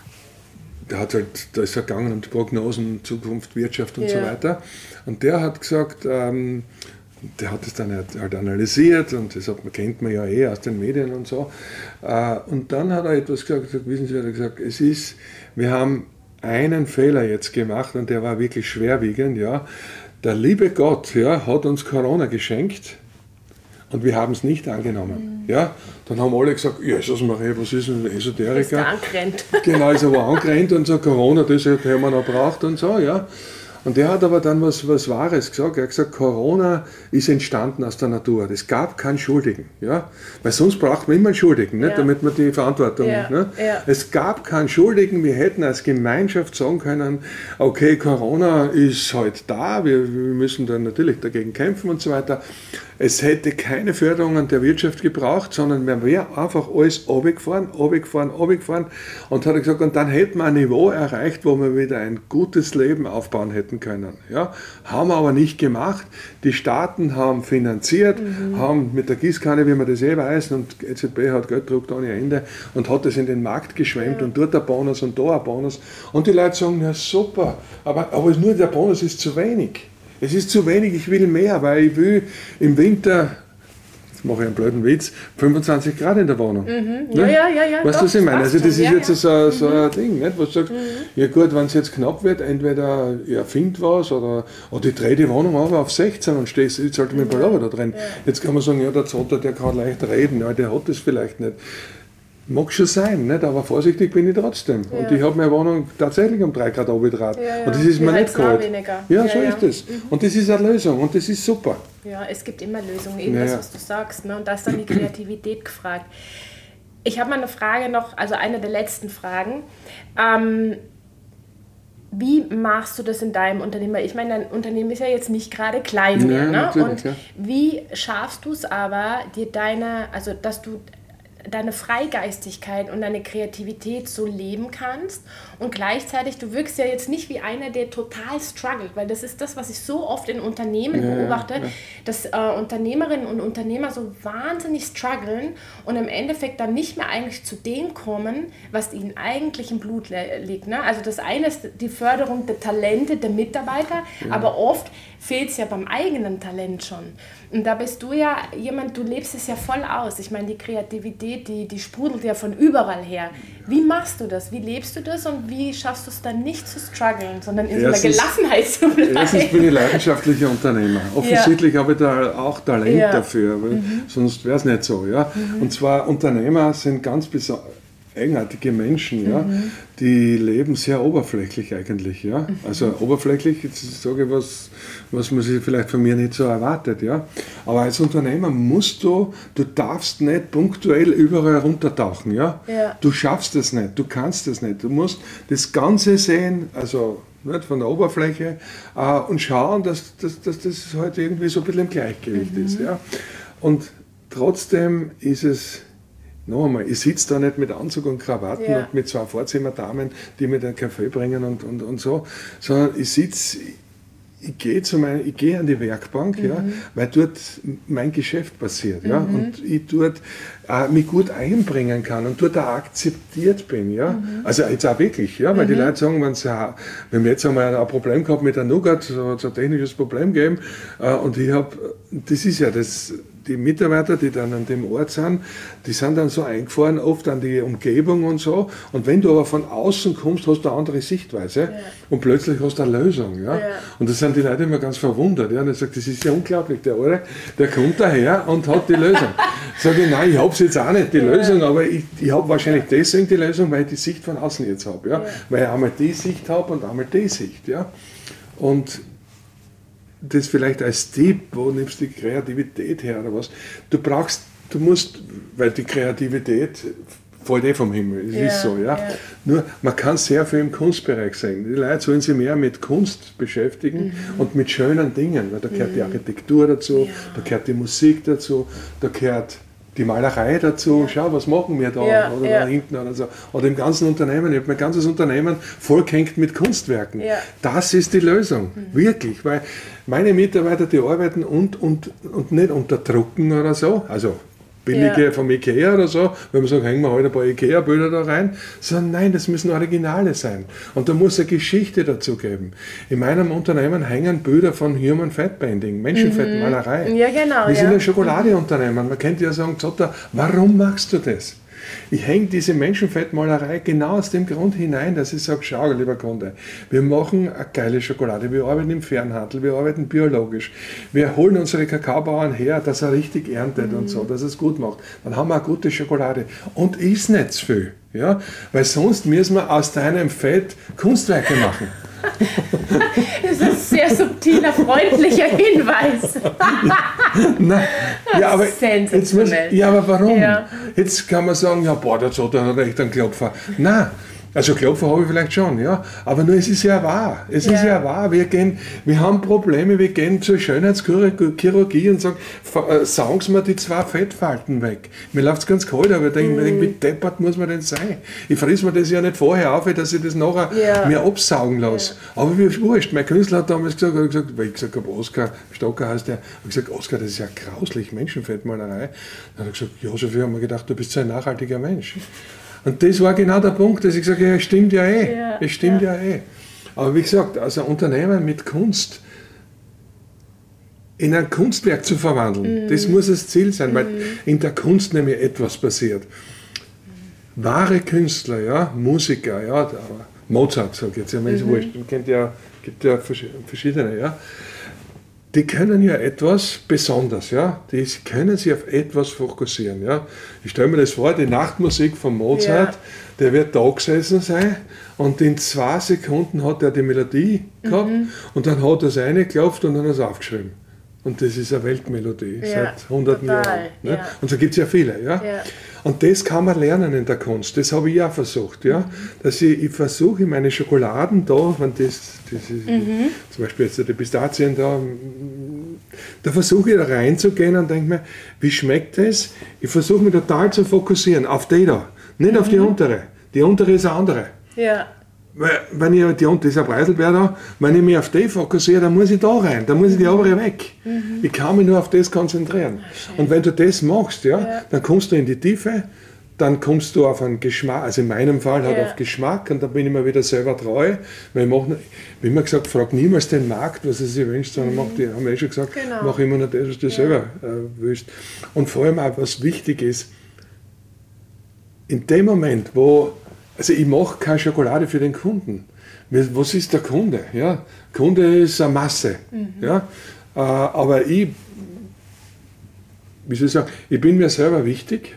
da ist er gegangen um die Prognosen, Zukunft, Wirtschaft und so weiter. Und der hat gesagt, der hat das dann halt analysiert und das kennt man ja aus den Medien und so. Und dann hat er etwas gesagt, wissen Sie, hat er gesagt, wir haben einen Fehler jetzt gemacht und der war wirklich schwerwiegend. Ja. Der liebe Gott hat uns Corona geschenkt und wir haben es nicht angenommen. Ja. Dann haben alle gesagt, Jesus Maria, was ist ein Esoteriker? Ist der angerannt. Genau, ist aber angerannt und so, Corona, das hätten wir noch braucht und so. Ja. Und der hat aber dann was Wahres gesagt. Er hat gesagt, Corona ist entstanden aus der Natur. Es gab keinen Schuldigen. Ja? Weil sonst braucht man immer einen Schuldigen, nicht? Damit man die Verantwortung... Ne? Es gab keinen Schuldigen. Wir hätten als Gemeinschaft sagen können, okay, Corona ist halt da, wir müssen dann natürlich dagegen kämpfen und so weiter. Es hätte keine Förderungen der Wirtschaft gebraucht, sondern man wäre einfach alles runtergefahren und hat gesagt, und dann hätten wir ein Niveau erreicht, wo wir wieder ein gutes Leben aufbauen hätten können. Ja? Haben wir aber nicht gemacht. Die Staaten haben finanziert, haben mit der Gießkanne, wie man das weiß, und EZB hat Geld gedruckt ohne Ende und hat das in den Markt geschwemmt und dort ein Bonus und da ein Bonus. Und die Leute sagen, ja super, aber nur der Bonus ist zu wenig. Es ist zu wenig, ich will mehr, weil ich will im Winter, jetzt mache ich einen blöden Witz, 25 Grad in der Wohnung. Ne? Ja. Weißt du, was ich meine? Also das ist jetzt so ein Ding, nicht? Wo du sagst, ja gut, wenn es jetzt knapp wird, entweder ich erfinde was oder ich drehe die Wohnung auf 16 und stehst jetzt halt mit dem Pullover da drin. Jetzt kann man sagen, ja, der Zotter, der kann leicht reden, ja, der hat das vielleicht nicht. Mag schon sein, nicht? Aber vorsichtig bin ich trotzdem. Ja. Und ich habe meine Wohnung tatsächlich um 3 Grad runtergedreht. Und das ist mir nicht kalt. Ja, so ist es. Und das ist eine Lösung und das ist super. Ja, es gibt immer Lösungen, eben das, was du sagst. Ne? Und da ist dann die Kreativität gefragt. Ich habe mal eine Frage noch, also eine der letzten Fragen. Wie machst du das in deinem Unternehmen? Ich meine, dein Unternehmen ist ja jetzt nicht gerade klein mehr. Ne? Und wie schaffst du es aber, dir dass du deine Freigeistigkeit und deine Kreativität so leben kannst und gleichzeitig, du wirkst ja jetzt nicht wie einer, der total struggelt, weil das ist das, was ich so oft in Unternehmen beobachte, dass Unternehmerinnen und Unternehmer so wahnsinnig strugglen und im Endeffekt dann nicht mehr eigentlich zu dem kommen, was ihnen eigentlich im Blut liegt. Ne? Also das eine ist die Förderung der Talente der Mitarbeiter, aber oft fehlt es ja beim eigenen Talent schon. Und da bist du ja jemand, du lebst es ja voll aus. Ich meine, die Kreativität, die sprudelt ja von überall her. Wie machst du das? Wie lebst du das und wie schaffst du es dann nicht zu strugglen, sondern in so einer Gelassenheit zu bleiben? Erstens bin ich leidenschaftlicher Unternehmer. Offensichtlich habe ich da auch Talent dafür, weil sonst wäre es nicht so. Ja? Und zwar Unternehmer sind ganz eigenartige Menschen, die leben sehr oberflächlich eigentlich. Ja? Also oberflächlich, jetzt sage ich was man sich vielleicht von mir nicht so erwartet. Ja? Aber als Unternehmer du darfst nicht punktuell überall runtertauchen. Ja? Du schaffst es nicht, du kannst es nicht. Du musst das Ganze sehen, also nicht von der Oberfläche, und schauen, dass das halt irgendwie so ein bisschen im Gleichgewicht ist. Ja? Und trotzdem ist es, noch einmal, ich sitze da nicht mit Anzug und Krawatten und mit 2 Vorzimmerdamen, die mir den Kaffee bringen und so, sondern ich gehe an die Werkbank, weil dort mein Geschäft passiert, und ich dort mich gut einbringen kann und dort auch akzeptiert bin, also jetzt auch wirklich, weil die Leute sagen, wenn wir jetzt einmal ein Problem gehabt mit der Nougat, so hat es ein technisches Problem gegeben, und das ist ja das. Die Mitarbeiter, die dann an dem Ort sind, die sind dann so eingefahren, oft an die Umgebung und so. Und wenn du aber von außen kommst, hast du eine andere Sichtweise und plötzlich hast du eine Lösung. Und das sind die Leute immer ganz verwundert. Und ich sage, das ist ja unglaublich, der kommt daher und hat die Lösung. Sage ich, nein, ich habe es jetzt auch nicht, die Lösung, aber ich habe wahrscheinlich deswegen die Lösung, weil ich die Sicht von außen jetzt habe. Weil ich einmal die Sicht habe und einmal die Sicht. Und das vielleicht als Tipp, wo nimmst du die Kreativität her oder was? Du musst, weil die Kreativität fällt vom Himmel, es ist so, Nur, man kann sehr viel im Kunstbereich sehen. Die Leute sollen sich mehr mit Kunst beschäftigen und mit schönen Dingen, weil da gehört die Architektur dazu, da gehört die Musik dazu, da gehört die Malerei dazu, schau, was machen wir da oder da hinten oder so. Oder im ganzen Unternehmen, ich habe mein ganzes Unternehmen vollgehängt mit Kunstwerken. Das ist die Lösung, wirklich, weil meine Mitarbeiter, die arbeiten und nicht unter Drucken oder so, also billige vom Ikea oder so, wenn man sagt, hängen wir halt ein paar Ikea-Bilder da rein, sondern nein, das müssen Originale sein. Und da muss eine Geschichte dazu geben. In meinem Unternehmen hängen Bilder von Human Fat Bending, Menschenfettmalerei. Ja, genau. Wir sind ein Schokoladeunternehmen. Man könnte ja sagen, Zotter, warum machst du das? Ich hänge diese Menschenfettmalerei genau aus dem Grund hinein, dass ich sage, schau, lieber Kunde, wir machen eine geile Schokolade, wir arbeiten im Fernhandel, wir arbeiten biologisch, wir holen unsere Kakaobauern her, dass er richtig erntet und so, dass er es gut macht. Dann haben wir eine gute Schokolade und ist nicht zu viel, weil sonst müssen wir aus deinem Fett Kunstwerke machen. Das ist subtiler, freundlicher Hinweis. Nein, ja, aber sensationell. ja, aber warum? Ja. Jetzt kann man sagen, ja, boah, dazu hat er echt einen Klopfer. Nein. Also Klopfer habe ich vielleicht schon, ja. Aber nur es ist ja wahr. Es ist ja wahr. Wir haben Probleme, wir gehen zur Schönheitschirurgie und sagen, saugen Sie mir die 2 Fettfalten weg. Mir läuft es ganz kalt, aber ich denke, wie deppert muss man denn sein? Ich friss mir das ja nicht vorher auf, dass ich das nachher mir absaugen lasse. Aber wie wurscht. Mein Künstler hat damals gesagt, weil ich gesagt habe, Oskar Stocker heißt der, habe gesagt, Oskar, das ist ja grauslich, Menschenfettmalerei. Dann hat er gesagt, ja, so viel haben wir gedacht, du bist so ein nachhaltiger Mensch. Und das war genau der Punkt, dass ich gesagt habe, ja, es stimmt ja eh. Es stimmt ja eh. Aber wie gesagt, also ein Unternehmen mit Kunst in ein Kunstwerk zu verwandeln, das muss das Ziel sein, weil in der Kunst nämlich etwas passiert. Wahre Künstler, ja, Musiker, ja, Mozart, sage ich jetzt, ja, gibt ja verschiedene, ja. Die können ja etwas besonders, ja. Die können sich auf etwas fokussieren, ja. Ich stelle mir das vor, die Nachtmusik von Mozart, der wird da gesessen sein und in 2 Sekunden hat er die Melodie gehabt und dann hat er es reingeklopft und dann hat er es aufgeschrieben. Und das ist eine Weltmelodie seit hunderten Jahren. Ne? Ja. Und so gibt es ja viele. Ja? Und das kann man lernen in der Kunst. Das habe ich auch versucht. Ja? Dass ich versuche, meine Schokoladen da, wenn das ist, zum Beispiel jetzt die Pistazien da versuche ich da reinzugehen und denke mir, wie schmeckt das? Ich versuche mich total zu fokussieren auf die da, nicht auf die untere. Die untere ist eine andere. Ja. Wenn ich das ist ein Preiselbeer da, wenn ich mich auf die fokussiere, dann muss ich da rein, dann muss ich die obere weg. Ich kann mich nur auf das konzentrieren. Und wenn du das machst, dann kommst du in die Tiefe, dann kommst du auf einen Geschmack, also in meinem Fall halt auf Geschmack, und dann bin ich mir wieder selber treu. Weil ich mache, wie immer gesagt, frag niemals den Markt, was er sich wünscht, sondern haben wir schon gesagt, mach immer nur das, was du selber willst. Und vor allem auch, was wichtig ist, in dem Moment, wo also ich mache keine Schokolade für den Kunden. Was ist der Kunde? Ja? Kunde ist eine Masse. Ja? Aber ich bin mir selber wichtig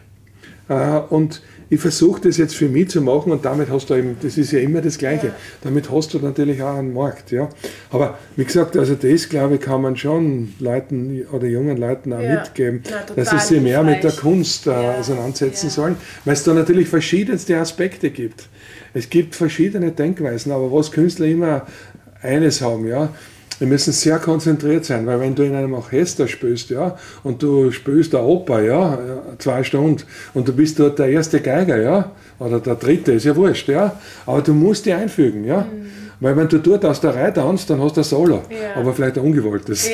und ich versuche das jetzt für mich zu machen und damit hast du eben, das ist ja immer das Gleiche, damit hast du natürlich auch einen Markt. Ja? Aber wie gesagt, also das glaube ich kann man schon Leuten oder jungen Leuten auch mitgeben, dass sie sich mehr mit der Kunst auseinandersetzen sollen, weil es da natürlich verschiedenste Aspekte gibt. Es gibt verschiedene Denkweisen, aber was Künstler immer eines haben, ja, wir müssen sehr konzentriert sein, weil wenn du in einem Orchester spielst, und du spielst eine Oper, 2 Stunden, und du bist dort der erste Geiger, oder der dritte, ist ja wurscht, aber du musst dich einfügen, Weil wenn du dort aus der Reihe tanzt, dann hast du ein Solo, aber vielleicht ein ungewolltes.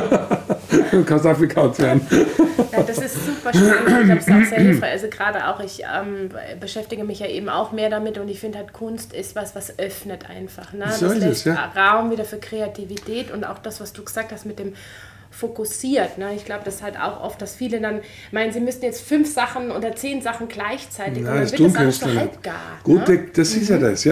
Du kannst auch bekannt werden. Ja, das ist super spannend. Ich glaube, es ist auch sehr hilfreich. Also gerade auch, ich beschäftige mich ja eben auch mehr damit und ich finde halt, Kunst ist was öffnet einfach. Ne? So das lässt es, Raum wieder für Kreativität und auch das, was du gesagt hast mit dem fokussiert. Ne? Ich glaube, das ist halt auch oft, dass viele dann meinen, sie müssten jetzt 5 Sachen oder 10 Sachen gleichzeitig. Nein, und dann wird das alles so halbgar. Gut, das ist ja das,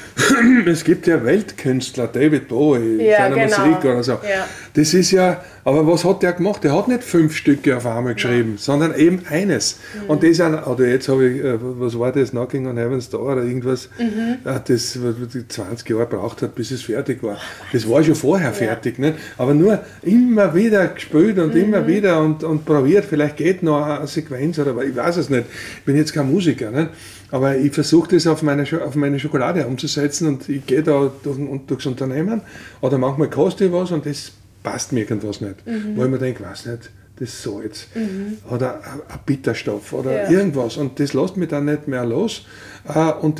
Es gibt ja Weltkünstler, David Bowie, seine Musik oder so. Das ist ja, aber was hat der gemacht? Der hat nicht 5 Stücke auf einmal geschrieben, sondern eben eines. Und das oder jetzt habe ich, was war das, Knocking on Heaven's Door oder irgendwas, das 20 Jahre gebraucht hat, bis es fertig war. Das war schon vorher fertig, nicht? Aber nur immer wieder gespielt und immer wieder und probiert, vielleicht geht noch eine Sequenz oder ich weiß es nicht. Ich bin jetzt kein Musiker, nicht? Aber ich versuche das auf meine Schokolade umzusetzen und ich gehe da durchs Unternehmen oder manchmal koste ich was und das passt mir irgendwas nicht. Wo ich mir denke, weiß nicht, das Salz oder ein Bitterstoff oder irgendwas und das lässt mich dann nicht mehr los und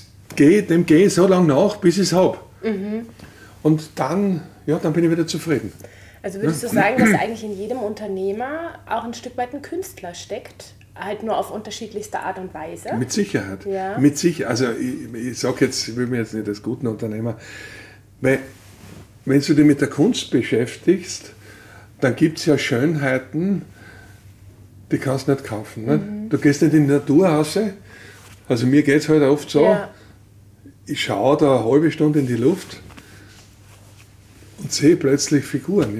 dem gehe ich so lange nach, bis ich es habe. Und dann bin ich wieder zufrieden. Also würdest du sagen, dass eigentlich in jedem Unternehmer auch ein Stück weit ein Künstler steckt? Halt nur auf unterschiedlichste Art und Weise? Mit Sicherheit. Mit Sicherheit. Also ich sage jetzt, ich will mir jetzt nicht als guten Unternehmer, weil wenn du dich mit der Kunst beschäftigst, dann gibt es ja Schönheiten, die kannst du nicht kaufen. Ne? Du gehst nicht in die Natur raus, also mir geht es halt oft so, ich schaue da eine halbe Stunde in die Luft und sehe plötzlich Figuren,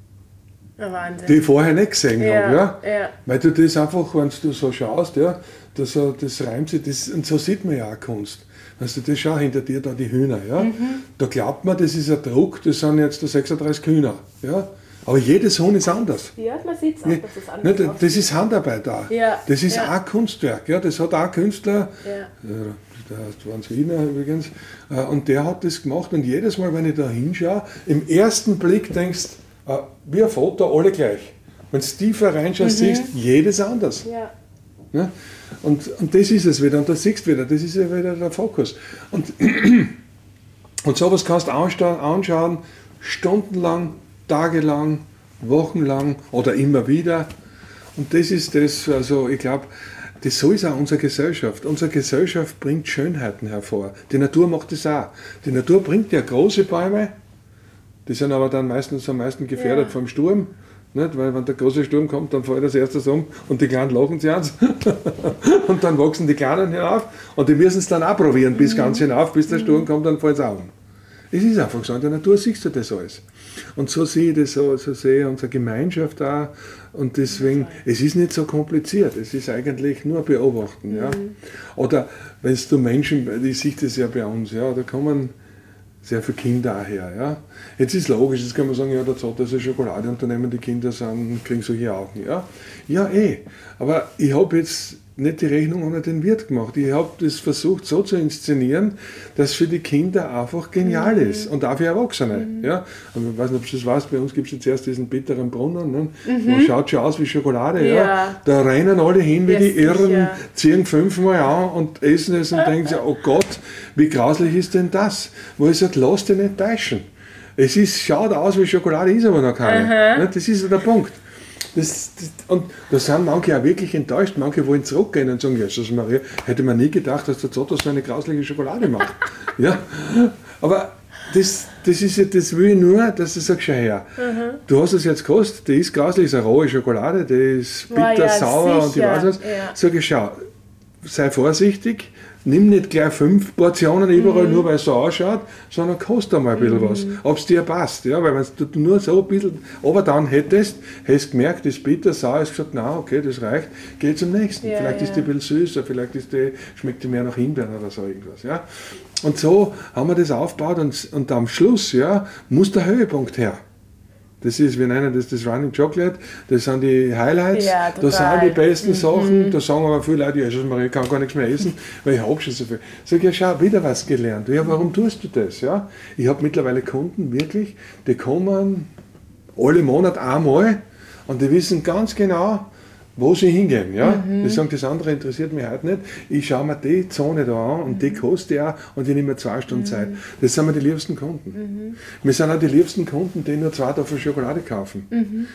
die ich vorher nicht gesehen habe. Weil du das einfach, wenn du so schaust, das reimt sich, und so sieht man ja auch Kunst. Weißt du, das schau hinter dir da die Hühner, ja. Da glaubt man, das ist ein Druck, das sind jetzt 36 Hühner, ja. Aber jedes Huhn ist anders. Ja, man sieht es auch, dass es anders ist. Das ist Handarbeit da. Ja. Das ist auch Kunstwerk, ja. Das hat auch ein Künstler, der heißt Franz Wiener übrigens, und der hat das gemacht. Und jedes Mal, wenn ich da hinschaue, im ersten Blick denkst, wie ein Foto, alle gleich. Wenn du tiefer reinschaust, siehst jedes anders. Ja. Ja? Und das ist es wieder, und das siehst du wieder, das ist ja wieder der Fokus. Und sowas kannst du anschauen, stundenlang, tagelang, wochenlang oder immer wieder. Und das ist das, also ich glaube, das so ist auch unsere Gesellschaft. Unsere Gesellschaft bringt Schönheiten hervor. Die Natur macht das auch. Die Natur bringt ja große Bäume, die sind aber dann meistens am meisten gefährdet vom Sturm. Nicht? Weil wenn der große Sturm kommt, dann fällt das erste um und die Kleinen lachen sich ans. Und dann wachsen die Kleinen hinauf und die müssen es dann auch probieren bis ganz hinauf, bis der Sturm kommt, dann fällt es auch um. Es ist einfach so, in der Natur siehst du das alles. Und so sehe ich das, so sehe ich unsere Gemeinschaft auch. Und deswegen, es ist nicht so kompliziert, es ist eigentlich nur beobachten. Ja. Oder wenn du Menschen, ich sehe das ja bei uns, ja, da kommen sehr viele Kinder auch her. Ja. Jetzt ist logisch, jetzt kann man sagen, ja, da zahlt das eine Schokolade und dann nehmen die Kinder und kriegen solche Augen. Ja, aber ich habe jetzt nicht die Rechnung ohne den Wirt gemacht. Ich habe das versucht so zu inszenieren, dass für die Kinder einfach genial ist und auch für Erwachsene. Ja? Und ich weiß nicht, ob du das weißt, bei uns gibt es jetzt erst diesen bitteren Brunnen. Ne? Man schaut schon aus wie Schokolade. Ja? Da rennen alle hin wie die Irren, ziehen 5-mal an und essen es und denken sich, oh Gott, wie grauslich ist denn das? Wo ich sage, lass dich nicht täuschen. Schaut aus wie Schokolade, ist aber noch keine. Das ist ja der Punkt. Und da sind manche auch wirklich enttäuscht. Manche wollen zurückgehen und sagen, Jesus Maria, hätte man nie gedacht, dass der Zotto so eine grausliche Schokolade macht. Ja? Aber das ist ja, das will ich nur, dass du sagst, schau her, du hast es jetzt gekostet, die ist grauslich, ist eine rohe Schokolade, die ist bitter, sauer und ich weiß was. Sag ich, schau, sei vorsichtig, nimm nicht gleich 5 Portionen überall, nur weil es so ausschaut, sondern koste mal ein bisschen was, ob es dir passt. Ja? Weil wenn du nur so ein bisschen aber dann hättest du gemerkt, das ist bitter, sauer, hast gesagt, na okay, das reicht, geh zum nächsten. Vielleicht ist die ein bisschen süßer, vielleicht schmeckt die mehr nach Himbeeren oder so irgendwas. Ja? Und so haben wir das aufgebaut und am Schluss muss der Höhepunkt her. Das ist, wir nennen das Running Chocolate, das sind die Highlights, da sind die besten Sachen, da sagen aber viele Leute, Jesus Maria, ich kann gar nichts mehr essen, weil ich habe schon so viel. Sag ich, ja schau, wieder was gelernt. Ja, warum tust du das? Ja? Ich habe mittlerweile Kunden, wirklich, die kommen alle Monate einmal und die wissen ganz genau, wo sie hingehen. Ja? Die sagen, das andere interessiert mich heute nicht. Ich schaue mir die Zone da an und die kostet auch und ich nehme mir 2 Stunden Zeit. Das sind mir die liebsten Kunden. Wir sind auch die liebsten Kunden, die nur 2 Tafeln Schokolade kaufen.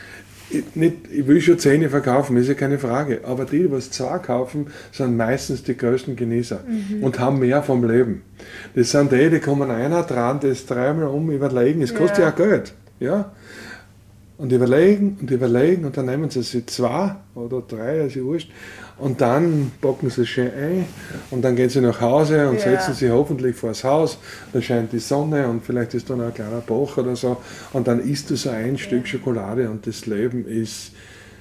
Ich will schon 10 verkaufen, ist ja keine Frage. Aber die, die was 2 kaufen, sind meistens die größten Genießer und haben mehr vom Leben. Das sind die kommen einer dran, das 3-mal überlegen, es kostet ja auch Geld. Ja? Und überlegen und dann nehmen sie sich 2 oder 3, also wurscht, und dann packen sie es schön ein und dann gehen sie nach Hause und setzen sich hoffentlich vor das Haus, da scheint die Sonne und vielleicht ist dann ein kleiner Bach oder so und dann isst du so ein Stück Schokolade und das Leben ist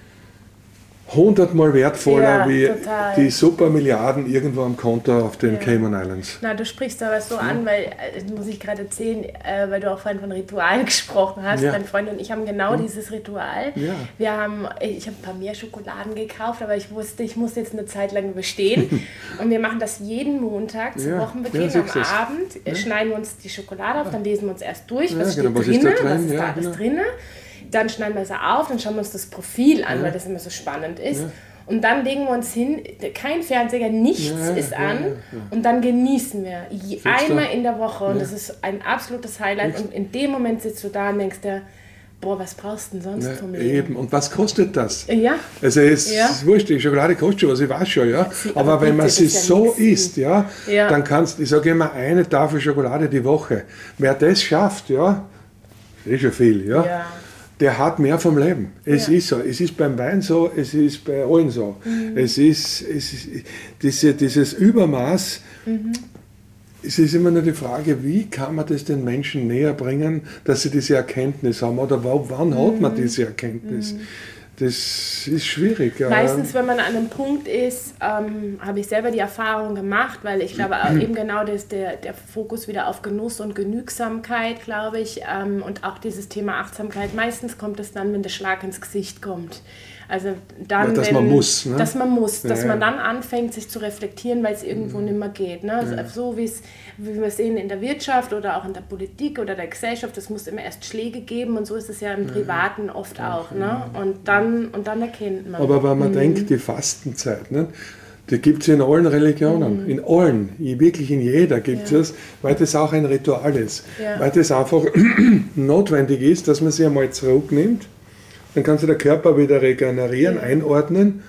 100-mal wertvoller wie die Supermilliarden irgendwo am Konto auf den Cayman Islands. Na, du sprichst da was so an, weil, das muss ich gerade erzählen, weil du auch vorhin von Ritualen gesprochen hast. Mein Freund und ich haben genau dieses Ritual. Ja. Ich habe ein paar mehr Schokoladen gekauft, aber ich wusste, ich muss jetzt eine Zeit lang überstehen. Und wir machen das jeden Montag zu Wochenbeginn am Abend. Schneiden wir uns die Schokolade auf, dann lesen wir uns erst durch, was steht drin, was ist da alles drin. Dann schneiden wir sie auf, dann schauen wir uns das Profil an, weil das immer so spannend ist. Und dann legen wir uns hin, kein Fernseher, nichts ist an. Und dann genießen wir einmal in der Woche. Und das ist ein absolutes Highlight. Und in dem Moment sitzt du da und denkst dir, boah, was brauchst du denn sonst vom Leben? Eben. Und was kostet das? Ja. Also es ist wurscht, die Schokolade kostet schon was, ich weiß schon, ja. Aber wenn man sie so isst, dann kannst du, ich sage immer, 1 Tafel Schokolade die Woche. Wer das schafft, ist schon viel, der hat mehr vom Leben. Es ist so. Es ist beim Wein so, es ist bei allen so. Es ist dieses Übermaß. Es ist immer nur die Frage, wie kann man das den Menschen näher bringen, dass sie diese Erkenntnis haben oder wann hat man diese Erkenntnis? Das ist schwierig. Meistens, wenn man an einem Punkt ist, habe ich selber die Erfahrung gemacht, weil ich glaube eben genau der Fokus wieder auf Genuss und Genügsamkeit, glaube ich, und auch dieses Thema Achtsamkeit. Meistens kommt es dann, wenn der Schlag ins Gesicht kommt. Also dann, dass man muss. Ne? Dass man muss, dass man dann anfängt, sich zu reflektieren, weil es irgendwo nicht mehr geht. Ne? Also so wie wir sehen in der Wirtschaft oder auch in der Politik oder der Gesellschaft, es muss immer erst Schläge geben und so ist es ja im Privaten oft auch. Ne? Und dann erkennt man. Aber wenn man denkt, die Fastenzeit, ne? Die gibt es in allen Religionen, in allen, wirklich in jeder gibt es, weil das auch ein Ritual ist. Ja. Weil das einfach notwendig ist, dass man sich einmal zurücknimmt. Dann kann sich der Körper wieder regenerieren, einordnen.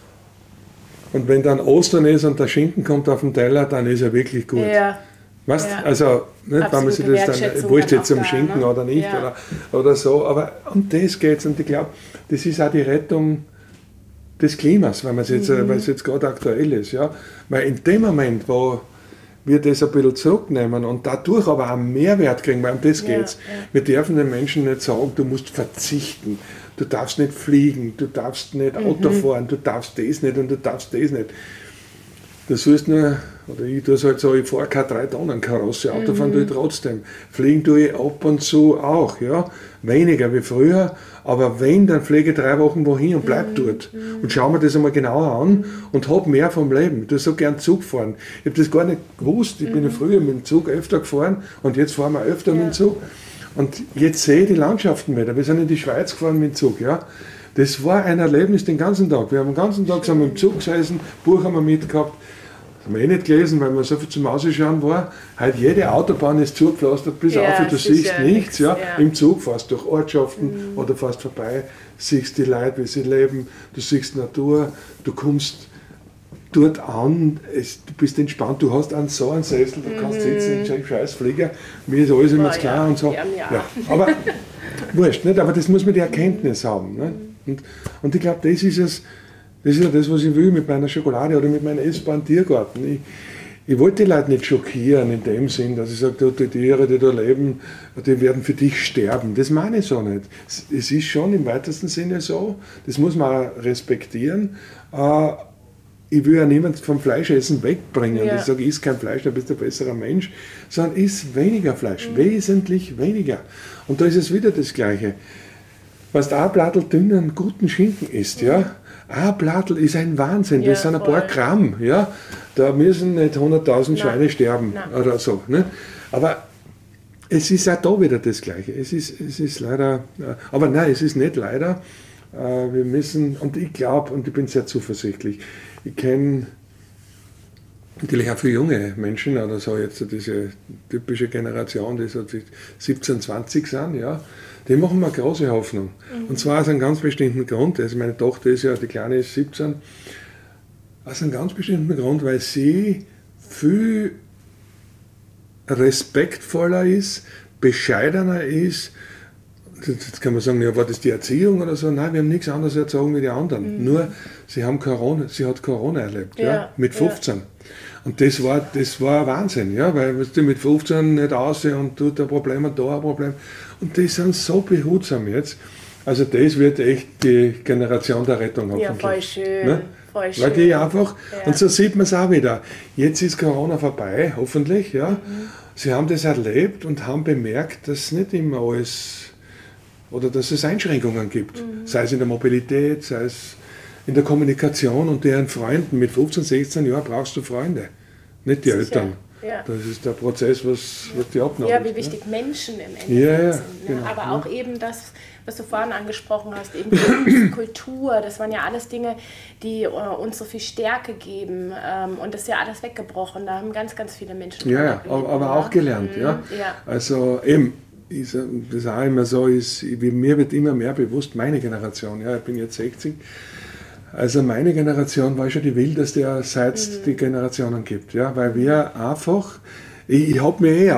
Und wenn dann Ostern ist und der Schinken kommt auf den Teller, dann ist er wirklich gut. Ja. Weißt, also, nicht, wenn man sich das dann, wurscht jetzt zum Schinken, ne? Oder nicht, oder so. Aber um das geht es. Und ich glaube, das ist auch die Rettung des Klimas, weil es jetzt gerade aktuell ist. Ja? Weil in dem Moment, wo wir das ein bisschen zurücknehmen und dadurch aber auch Mehrwert kriegen, weil um das geht es. Wir dürfen den Menschen nicht sagen, du musst verzichten, du darfst nicht fliegen, du darfst nicht Auto fahren, du darfst das nicht und du darfst das nicht. Du sollst nur, oder ich tue es halt so, ich fahre keine 3-Tonnen-Karosse, Auto fahren tue ich trotzdem. Fliegen tue ich ab und zu auch, ja. Weniger wie früher, aber wenn, dann fliege ich 3 Wochen wohin und bleib dort. Und schau mir das einmal genauer an und hab mehr vom Leben. Ich tue so gern Zug fahren. Ich habe das gar nicht gewusst, ich bin ja früher mit dem Zug öfter gefahren und jetzt fahren wir öfter mit dem Zug. Und jetzt sehe ich die Landschaften wieder. Wir sind in die Schweiz gefahren mit dem Zug, ja. Das war ein Erlebnis den ganzen Tag. Wir haben den ganzen Tag sind wir im Zug gesessen, Buch haben wir mitgehabt. Das haben wir nicht gelesen, weil wir so viel zum Ausschauen war. Halt jede Autobahn ist zugepflastert bis auf, du siehst nichts. Ja. Im Zug fährst du durch Ortschaften oder fährst vorbei, siehst die Leute, wie sie leben, du siehst Natur, du kommst dort an, du bist entspannt, du hast einen Sessel, du kannst sitzen in einem scheiß Flieger, mir ist alles immer klar und so. Ja. Aber wurscht, nicht? Aber das muss man die Erkenntnis haben. Nicht? Und ich glaube, das ist es. Das ist ja das, was ich will mit meiner Schokolade oder mit meinem essbaren Tiergarten. Ich wollte die Leute nicht schockieren in dem Sinn, dass ich sage, die Tiere, die da leben, die werden für dich sterben. Das meine ich so nicht. Es ist schon im weitesten Sinne so, das muss man auch respektieren. Ich will ja niemanden vom Fleischessen wegbringen. Ich sage, iss kein Fleisch, dann bist du ein besserer Mensch, sondern iss weniger Fleisch, wesentlich weniger. Und da ist es wieder das Gleiche. Was ein Blattel dünnen, guten Schinken isst, ja, ein Blattel ist ein Wahnsinn, das sind ein paar Gramm, ja, da müssen nicht 100.000 Schweine sterben oder so. Ne? Aber es ist auch da wieder das Gleiche. Es ist leider, aber nein, es ist nicht leider. Wir müssen, und ich glaube, und ich bin sehr zuversichtlich, ich kenne natürlich auch viele junge Menschen, oder so jetzt diese typische Generation, die so 17, 20 sind, ja, die machen mir große Hoffnung. Und zwar aus einem ganz bestimmten Grund, also meine Tochter ist ja, die Kleine ist 17, aus einem ganz bestimmten Grund, weil sie viel respektvoller ist, bescheidener ist. Jetzt kann man sagen, ja, war das die Erziehung oder so? Nein, wir haben nichts anderes erzogen wie die anderen. Nur, sie hat Corona erlebt, mit 15. Und das war Wahnsinn, ja, weil du mit 15 nicht aussehen und tut ein Problem und da ein Problem. Und die sind so behutsam jetzt. Also das wird echt die Generation der Rettung hoffentlich. Ja, voll schön. Ne? Voll schön. Weil die einfach, und so sieht man es auch wieder. Jetzt ist Corona vorbei, hoffentlich, ja. Sie haben das erlebt und haben bemerkt, dass nicht immer alles, oder dass es Einschränkungen gibt. Sei es in der Mobilität, sei es in der Kommunikation und deren Freunden. Mit 15, 16 Jahren brauchst du Freunde, nicht die Eltern. Ja. Das ist der Prozess, was die abnimmt. Ja, wie wichtig Menschen im Endeffekt sind. Ne? Genau, aber auch eben das, was du vorhin angesprochen hast, eben die Kultur, das waren ja alles Dinge, die uns so viel Stärke geben. Und das ist ja alles weggebrochen. Da haben ganz, ganz viele Menschen aber auch gelernt. Ja. Also eben, das auch immer so ist, mir wird immer mehr bewusst, meine Generation, ich bin jetzt 60, also meine Generation war schon die wildeste, seit es die Generationen gibt, ja, weil wir einfach, ich habe mich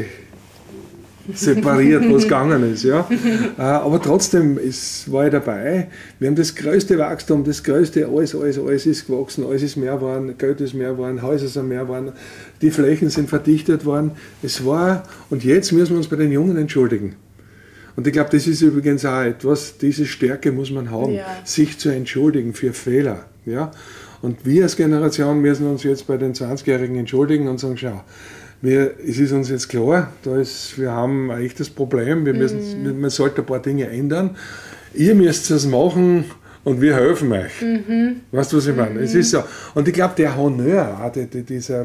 separiert, was gegangen ist, ja, aber trotzdem war ich dabei. Wir haben das größte Wachstum, das größte, alles ist gewachsen, alles ist mehr geworden, Geld ist mehr geworden, Häuser sind mehr geworden, die Flächen sind verdichtet worden, und jetzt müssen wir uns bei den Jungen entschuldigen. Und ich glaube, das ist übrigens auch etwas, diese Stärke muss man haben, sich zu entschuldigen für Fehler. Ja? Und wir als Generation müssen uns jetzt bei den 20-Jährigen entschuldigen und sagen, schau, es ist uns jetzt klar, wir haben ein echtes Problem, man sollte ein paar Dinge ändern. Ihr müsst es machen und wir helfen euch. Weißt du, was ich meine? Es ist so. Und ich glaube, der Honneur, auch dieser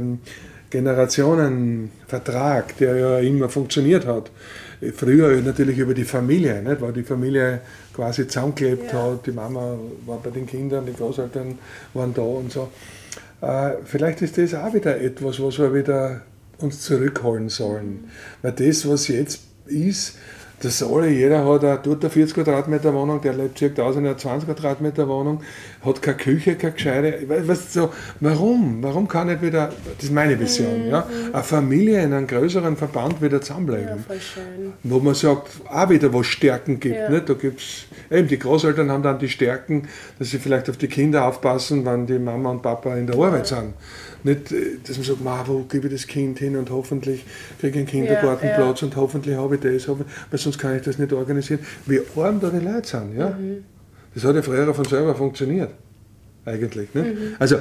Generationenvertrag, der ja immer funktioniert hat, früher natürlich über die Familie, nicht? Weil die Familie quasi zusammengelebt hat, die Mama war bei den Kindern, die Großeltern waren da und so. Vielleicht ist das auch wieder etwas, was wir wieder uns zurückholen sollen. Weil das, was jetzt ist, jeder hat eine 40 Quadratmeter Wohnung, der lebt circa aus in einer 20 Quadratmeter Wohnung, hat keine Küche, keine gescheite. Warum kann nicht wieder, das ist meine Vision, eine Familie in einem größeren Verband wieder zusammenbleiben? Ja, voll schön. Wo man sagt, auch wieder was Stärken gibt. Ja. Nicht? Da gibt's, eben die Großeltern haben dann die Stärken, dass sie vielleicht auf die Kinder aufpassen, wenn die Mama und Papa in der Arbeit sind. Nicht, dass man sagt, wo gebe ich das Kind hin und hoffentlich kriege ich einen Kindergartenplatz und hoffentlich habe ich das, weil sonst kann ich das nicht organisieren. Wie arm da die Leute sind. Ja? Das hat ja früher von selber funktioniert. Eigentlich. Nicht? Also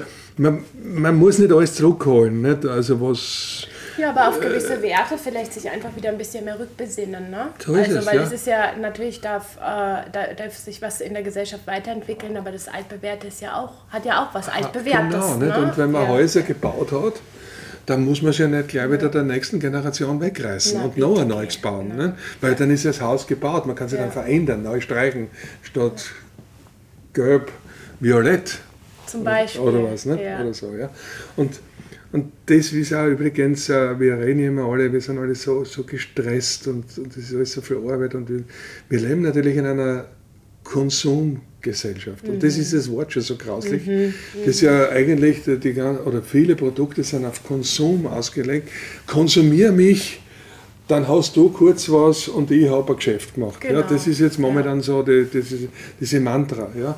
man muss nicht alles zurückholen. Nicht? Also was... Ja, aber auf gewisse Werte vielleicht sich einfach wieder ein bisschen mehr rückbesinnen. Ne? So ist es, weil es ist ja, natürlich darf sich was in der Gesellschaft weiterentwickeln, aber das Altbewährte hat ja auch was Altbewährtes. Genau, nicht? Und wenn man Häuser gebaut hat, dann muss man es ja nicht gleich wieder der nächsten Generation wegreißen und noch ein neues bauen. Genau. Nicht? Weil dann ist das Haus gebaut, man kann sich dann verändern, neu streichen, statt gelb, violett. Zum Beispiel. Oder was, nicht? Oder so, ja. Und das ist auch übrigens, wir reden immer alle, wir sind alle so gestresst und das ist alles so viel Arbeit und wir leben natürlich in einer Konsumgesellschaft und das ist das Wort schon so grauslich. Das ist ja eigentlich, viele Produkte sind auf Konsum ausgelegt. Konsumier mich, dann hast du kurz was und ich habe ein Geschäft gemacht. Genau. Ja, das ist jetzt momentan so diese Mantra. Ja.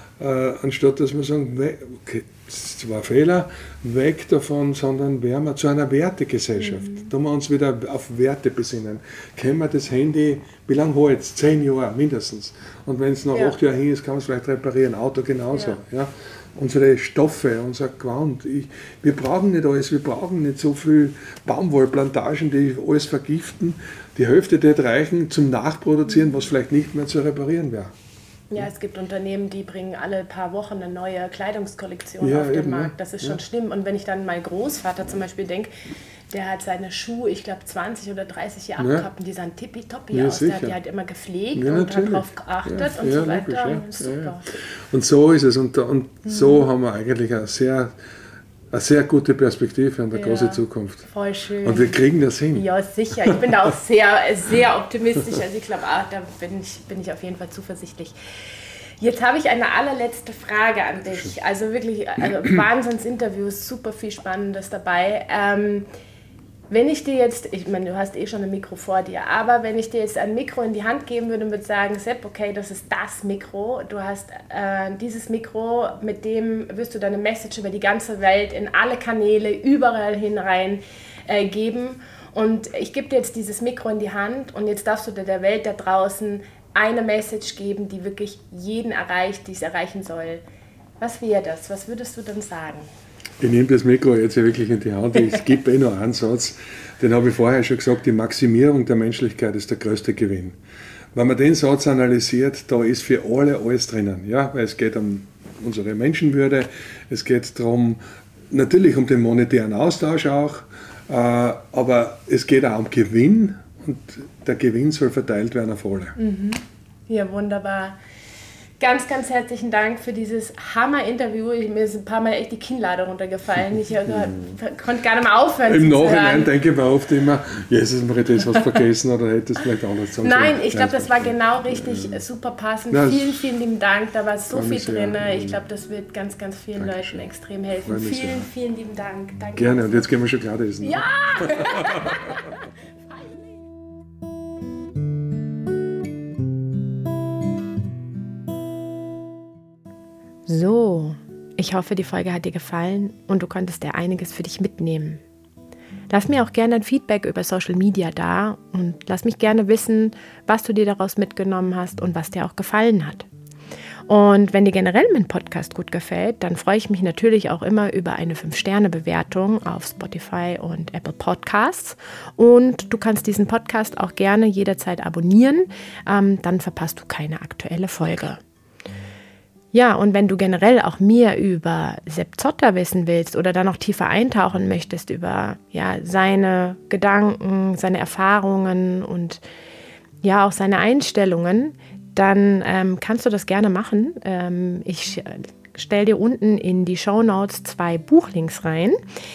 Anstatt dass wir sagen, okay, das war ein Fehler, weg davon, sondern werden wir zu einer Wertegesellschaft. Da wir uns wieder auf Werte besinnen. Können wir das Handy, wie lange hält es? 10 Jahre mindestens. Und wenn es nach 8 Jahren hin ist, kann man es vielleicht reparieren. Auto genauso. Ja. Unsere Stoffe, unser Gewand. Wir brauchen nicht alles, wir brauchen nicht so viel Baumwollplantagen, die alles vergiften. Die Hälfte wird reichen zum Nachproduzieren, was vielleicht nicht mehr zu reparieren wäre. Ja, es gibt Unternehmen, die bringen alle paar Wochen eine neue Kleidungskollektion auf den Markt. Das ist schon schlimm. Und wenn ich dann meinen Großvater zum Beispiel denke, der hat seine Schuhe, ich glaube 20 oder 30 Jahre gehabt und die sahen tippitoppi aus. Der hat die halt immer gepflegt und hat darauf geachtet und so weiter. Super. Und so ist es. Und so haben wir eigentlich eine sehr gute Perspektive an der großen Zukunft. Voll schön. Und wir kriegen das hin. Ja, sicher. Ich bin da auch sehr, sehr optimistisch. Also ich glaube, da bin ich auf jeden Fall zuversichtlich. Jetzt habe ich eine allerletzte Frage an dich. Also wirklich, Wahnsinnsinterviews, super viel Spannendes dabei. Wenn ich dir jetzt, ich meine, du hast schon ein Mikro vor dir, aber wenn ich dir jetzt ein Mikro in die Hand geben würde und würde sagen, Sepp, okay, das ist das Mikro, du hast dieses Mikro, mit dem wirst du deine Message über die ganze Welt in alle Kanäle, überall hinein geben und ich gebe dir jetzt dieses Mikro in die Hand und jetzt darfst du der Welt da draußen eine Message geben, die wirklich jeden erreicht, die es erreichen soll. Was wäre das? Was würdest du dann sagen? Ich nehme das Mikro jetzt wirklich in die Hand. Ich gebe nur einen Satz, den habe ich vorher schon gesagt, die Maximierung der Menschlichkeit ist der größte Gewinn. Wenn man den Satz analysiert, da ist für alle alles drinnen. Ja? Weil es geht um unsere Menschenwürde, es geht darum, natürlich um den monetären Austausch auch, aber es geht auch um Gewinn und der Gewinn soll verteilt werden auf alle. Ja, wunderbar. Ganz, ganz herzlichen Dank für dieses Hammer-Interview. Mir ist ein paar Mal echt die Kinnlade runtergefallen. Ich konnte gar nicht mehr aufhören. Im Nachhinein denke ich mir oft immer, Jesus, Marie, das hast du vergessen oder hättest du vielleicht anders sagen sollen. Nein, ich glaube, das war genau richtig, super passend. Ja, vielen, vielen lieben Dank. Da war so viel drin. Ich glaube, das wird ganz, ganz vielen Leuten extrem helfen. Vielen, vielen lieben Dank. Danke. Gerne, und jetzt gehen wir Schokolade essen. Ja! So, ich hoffe, die Folge hat dir gefallen und du konntest dir einiges für dich mitnehmen. Lass mir auch gerne ein Feedback über Social Media da und lass mich gerne wissen, was du dir daraus mitgenommen hast und was dir auch gefallen hat. Und wenn dir generell mein Podcast gut gefällt, dann freue ich mich natürlich auch immer über eine 5-Sterne-Bewertung auf Spotify und Apple Podcasts. Und du kannst diesen Podcast auch gerne jederzeit abonnieren, dann verpasst du keine aktuelle Folge. Ja, und wenn du generell auch mehr über Sepp Zotter wissen willst oder da noch tiefer eintauchen möchtest über seine Gedanken, seine Erfahrungen und auch seine Einstellungen, dann kannst du das gerne machen. Ich stell dir unten in die Shownotes 2 Buchlinks rein.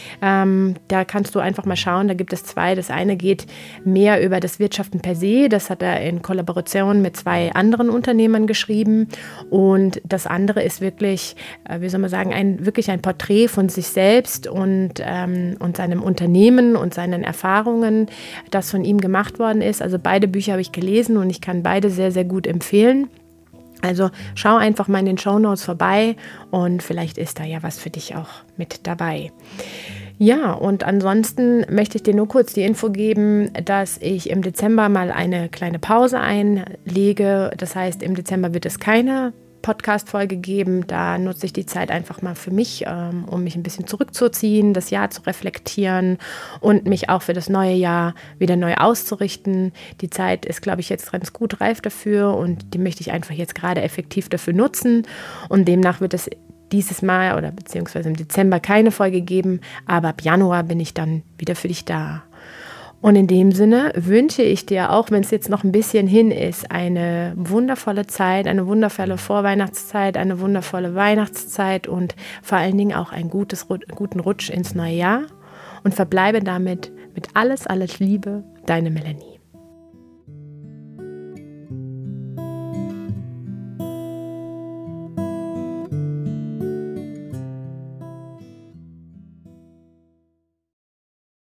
Da kannst du einfach mal schauen, da gibt es 2. Das eine geht mehr über das Wirtschaften per se, das hat er in Kollaboration mit 2 anderen Unternehmern geschrieben, und das andere ist wirklich, wirklich ein Porträt von sich selbst und seinem Unternehmen und seinen Erfahrungen, das von ihm gemacht worden ist. Also beide Bücher habe ich gelesen und ich kann beide sehr, sehr gut empfehlen. Also schau einfach mal in den Shownotes vorbei und vielleicht ist da ja was für dich auch mit dabei. Ja, und ansonsten möchte ich dir nur kurz die Info geben, dass ich im Dezember mal eine kleine Pause einlege. Das heißt, im Dezember wird es keine Podcast-Folge geben. Da nutze ich die Zeit einfach mal für mich, um mich ein bisschen zurückzuziehen, das Jahr zu reflektieren und mich auch für das neue Jahr wieder neu auszurichten. Die Zeit ist, glaube ich, jetzt ganz gut reif dafür und die möchte ich einfach jetzt gerade effektiv dafür nutzen. Und demnach wird es dieses Mal oder beziehungsweise im Dezember keine Folge geben, aber ab Januar bin ich dann wieder für dich da. Und in dem Sinne wünsche ich dir, auch wenn es jetzt noch ein bisschen hin ist, eine wundervolle Zeit, eine wundervolle Vorweihnachtszeit, eine wundervolle Weihnachtszeit und vor allen Dingen auch einen guten Rutsch ins neue Jahr. Und verbleibe damit mit alles Liebe, deine Melanie.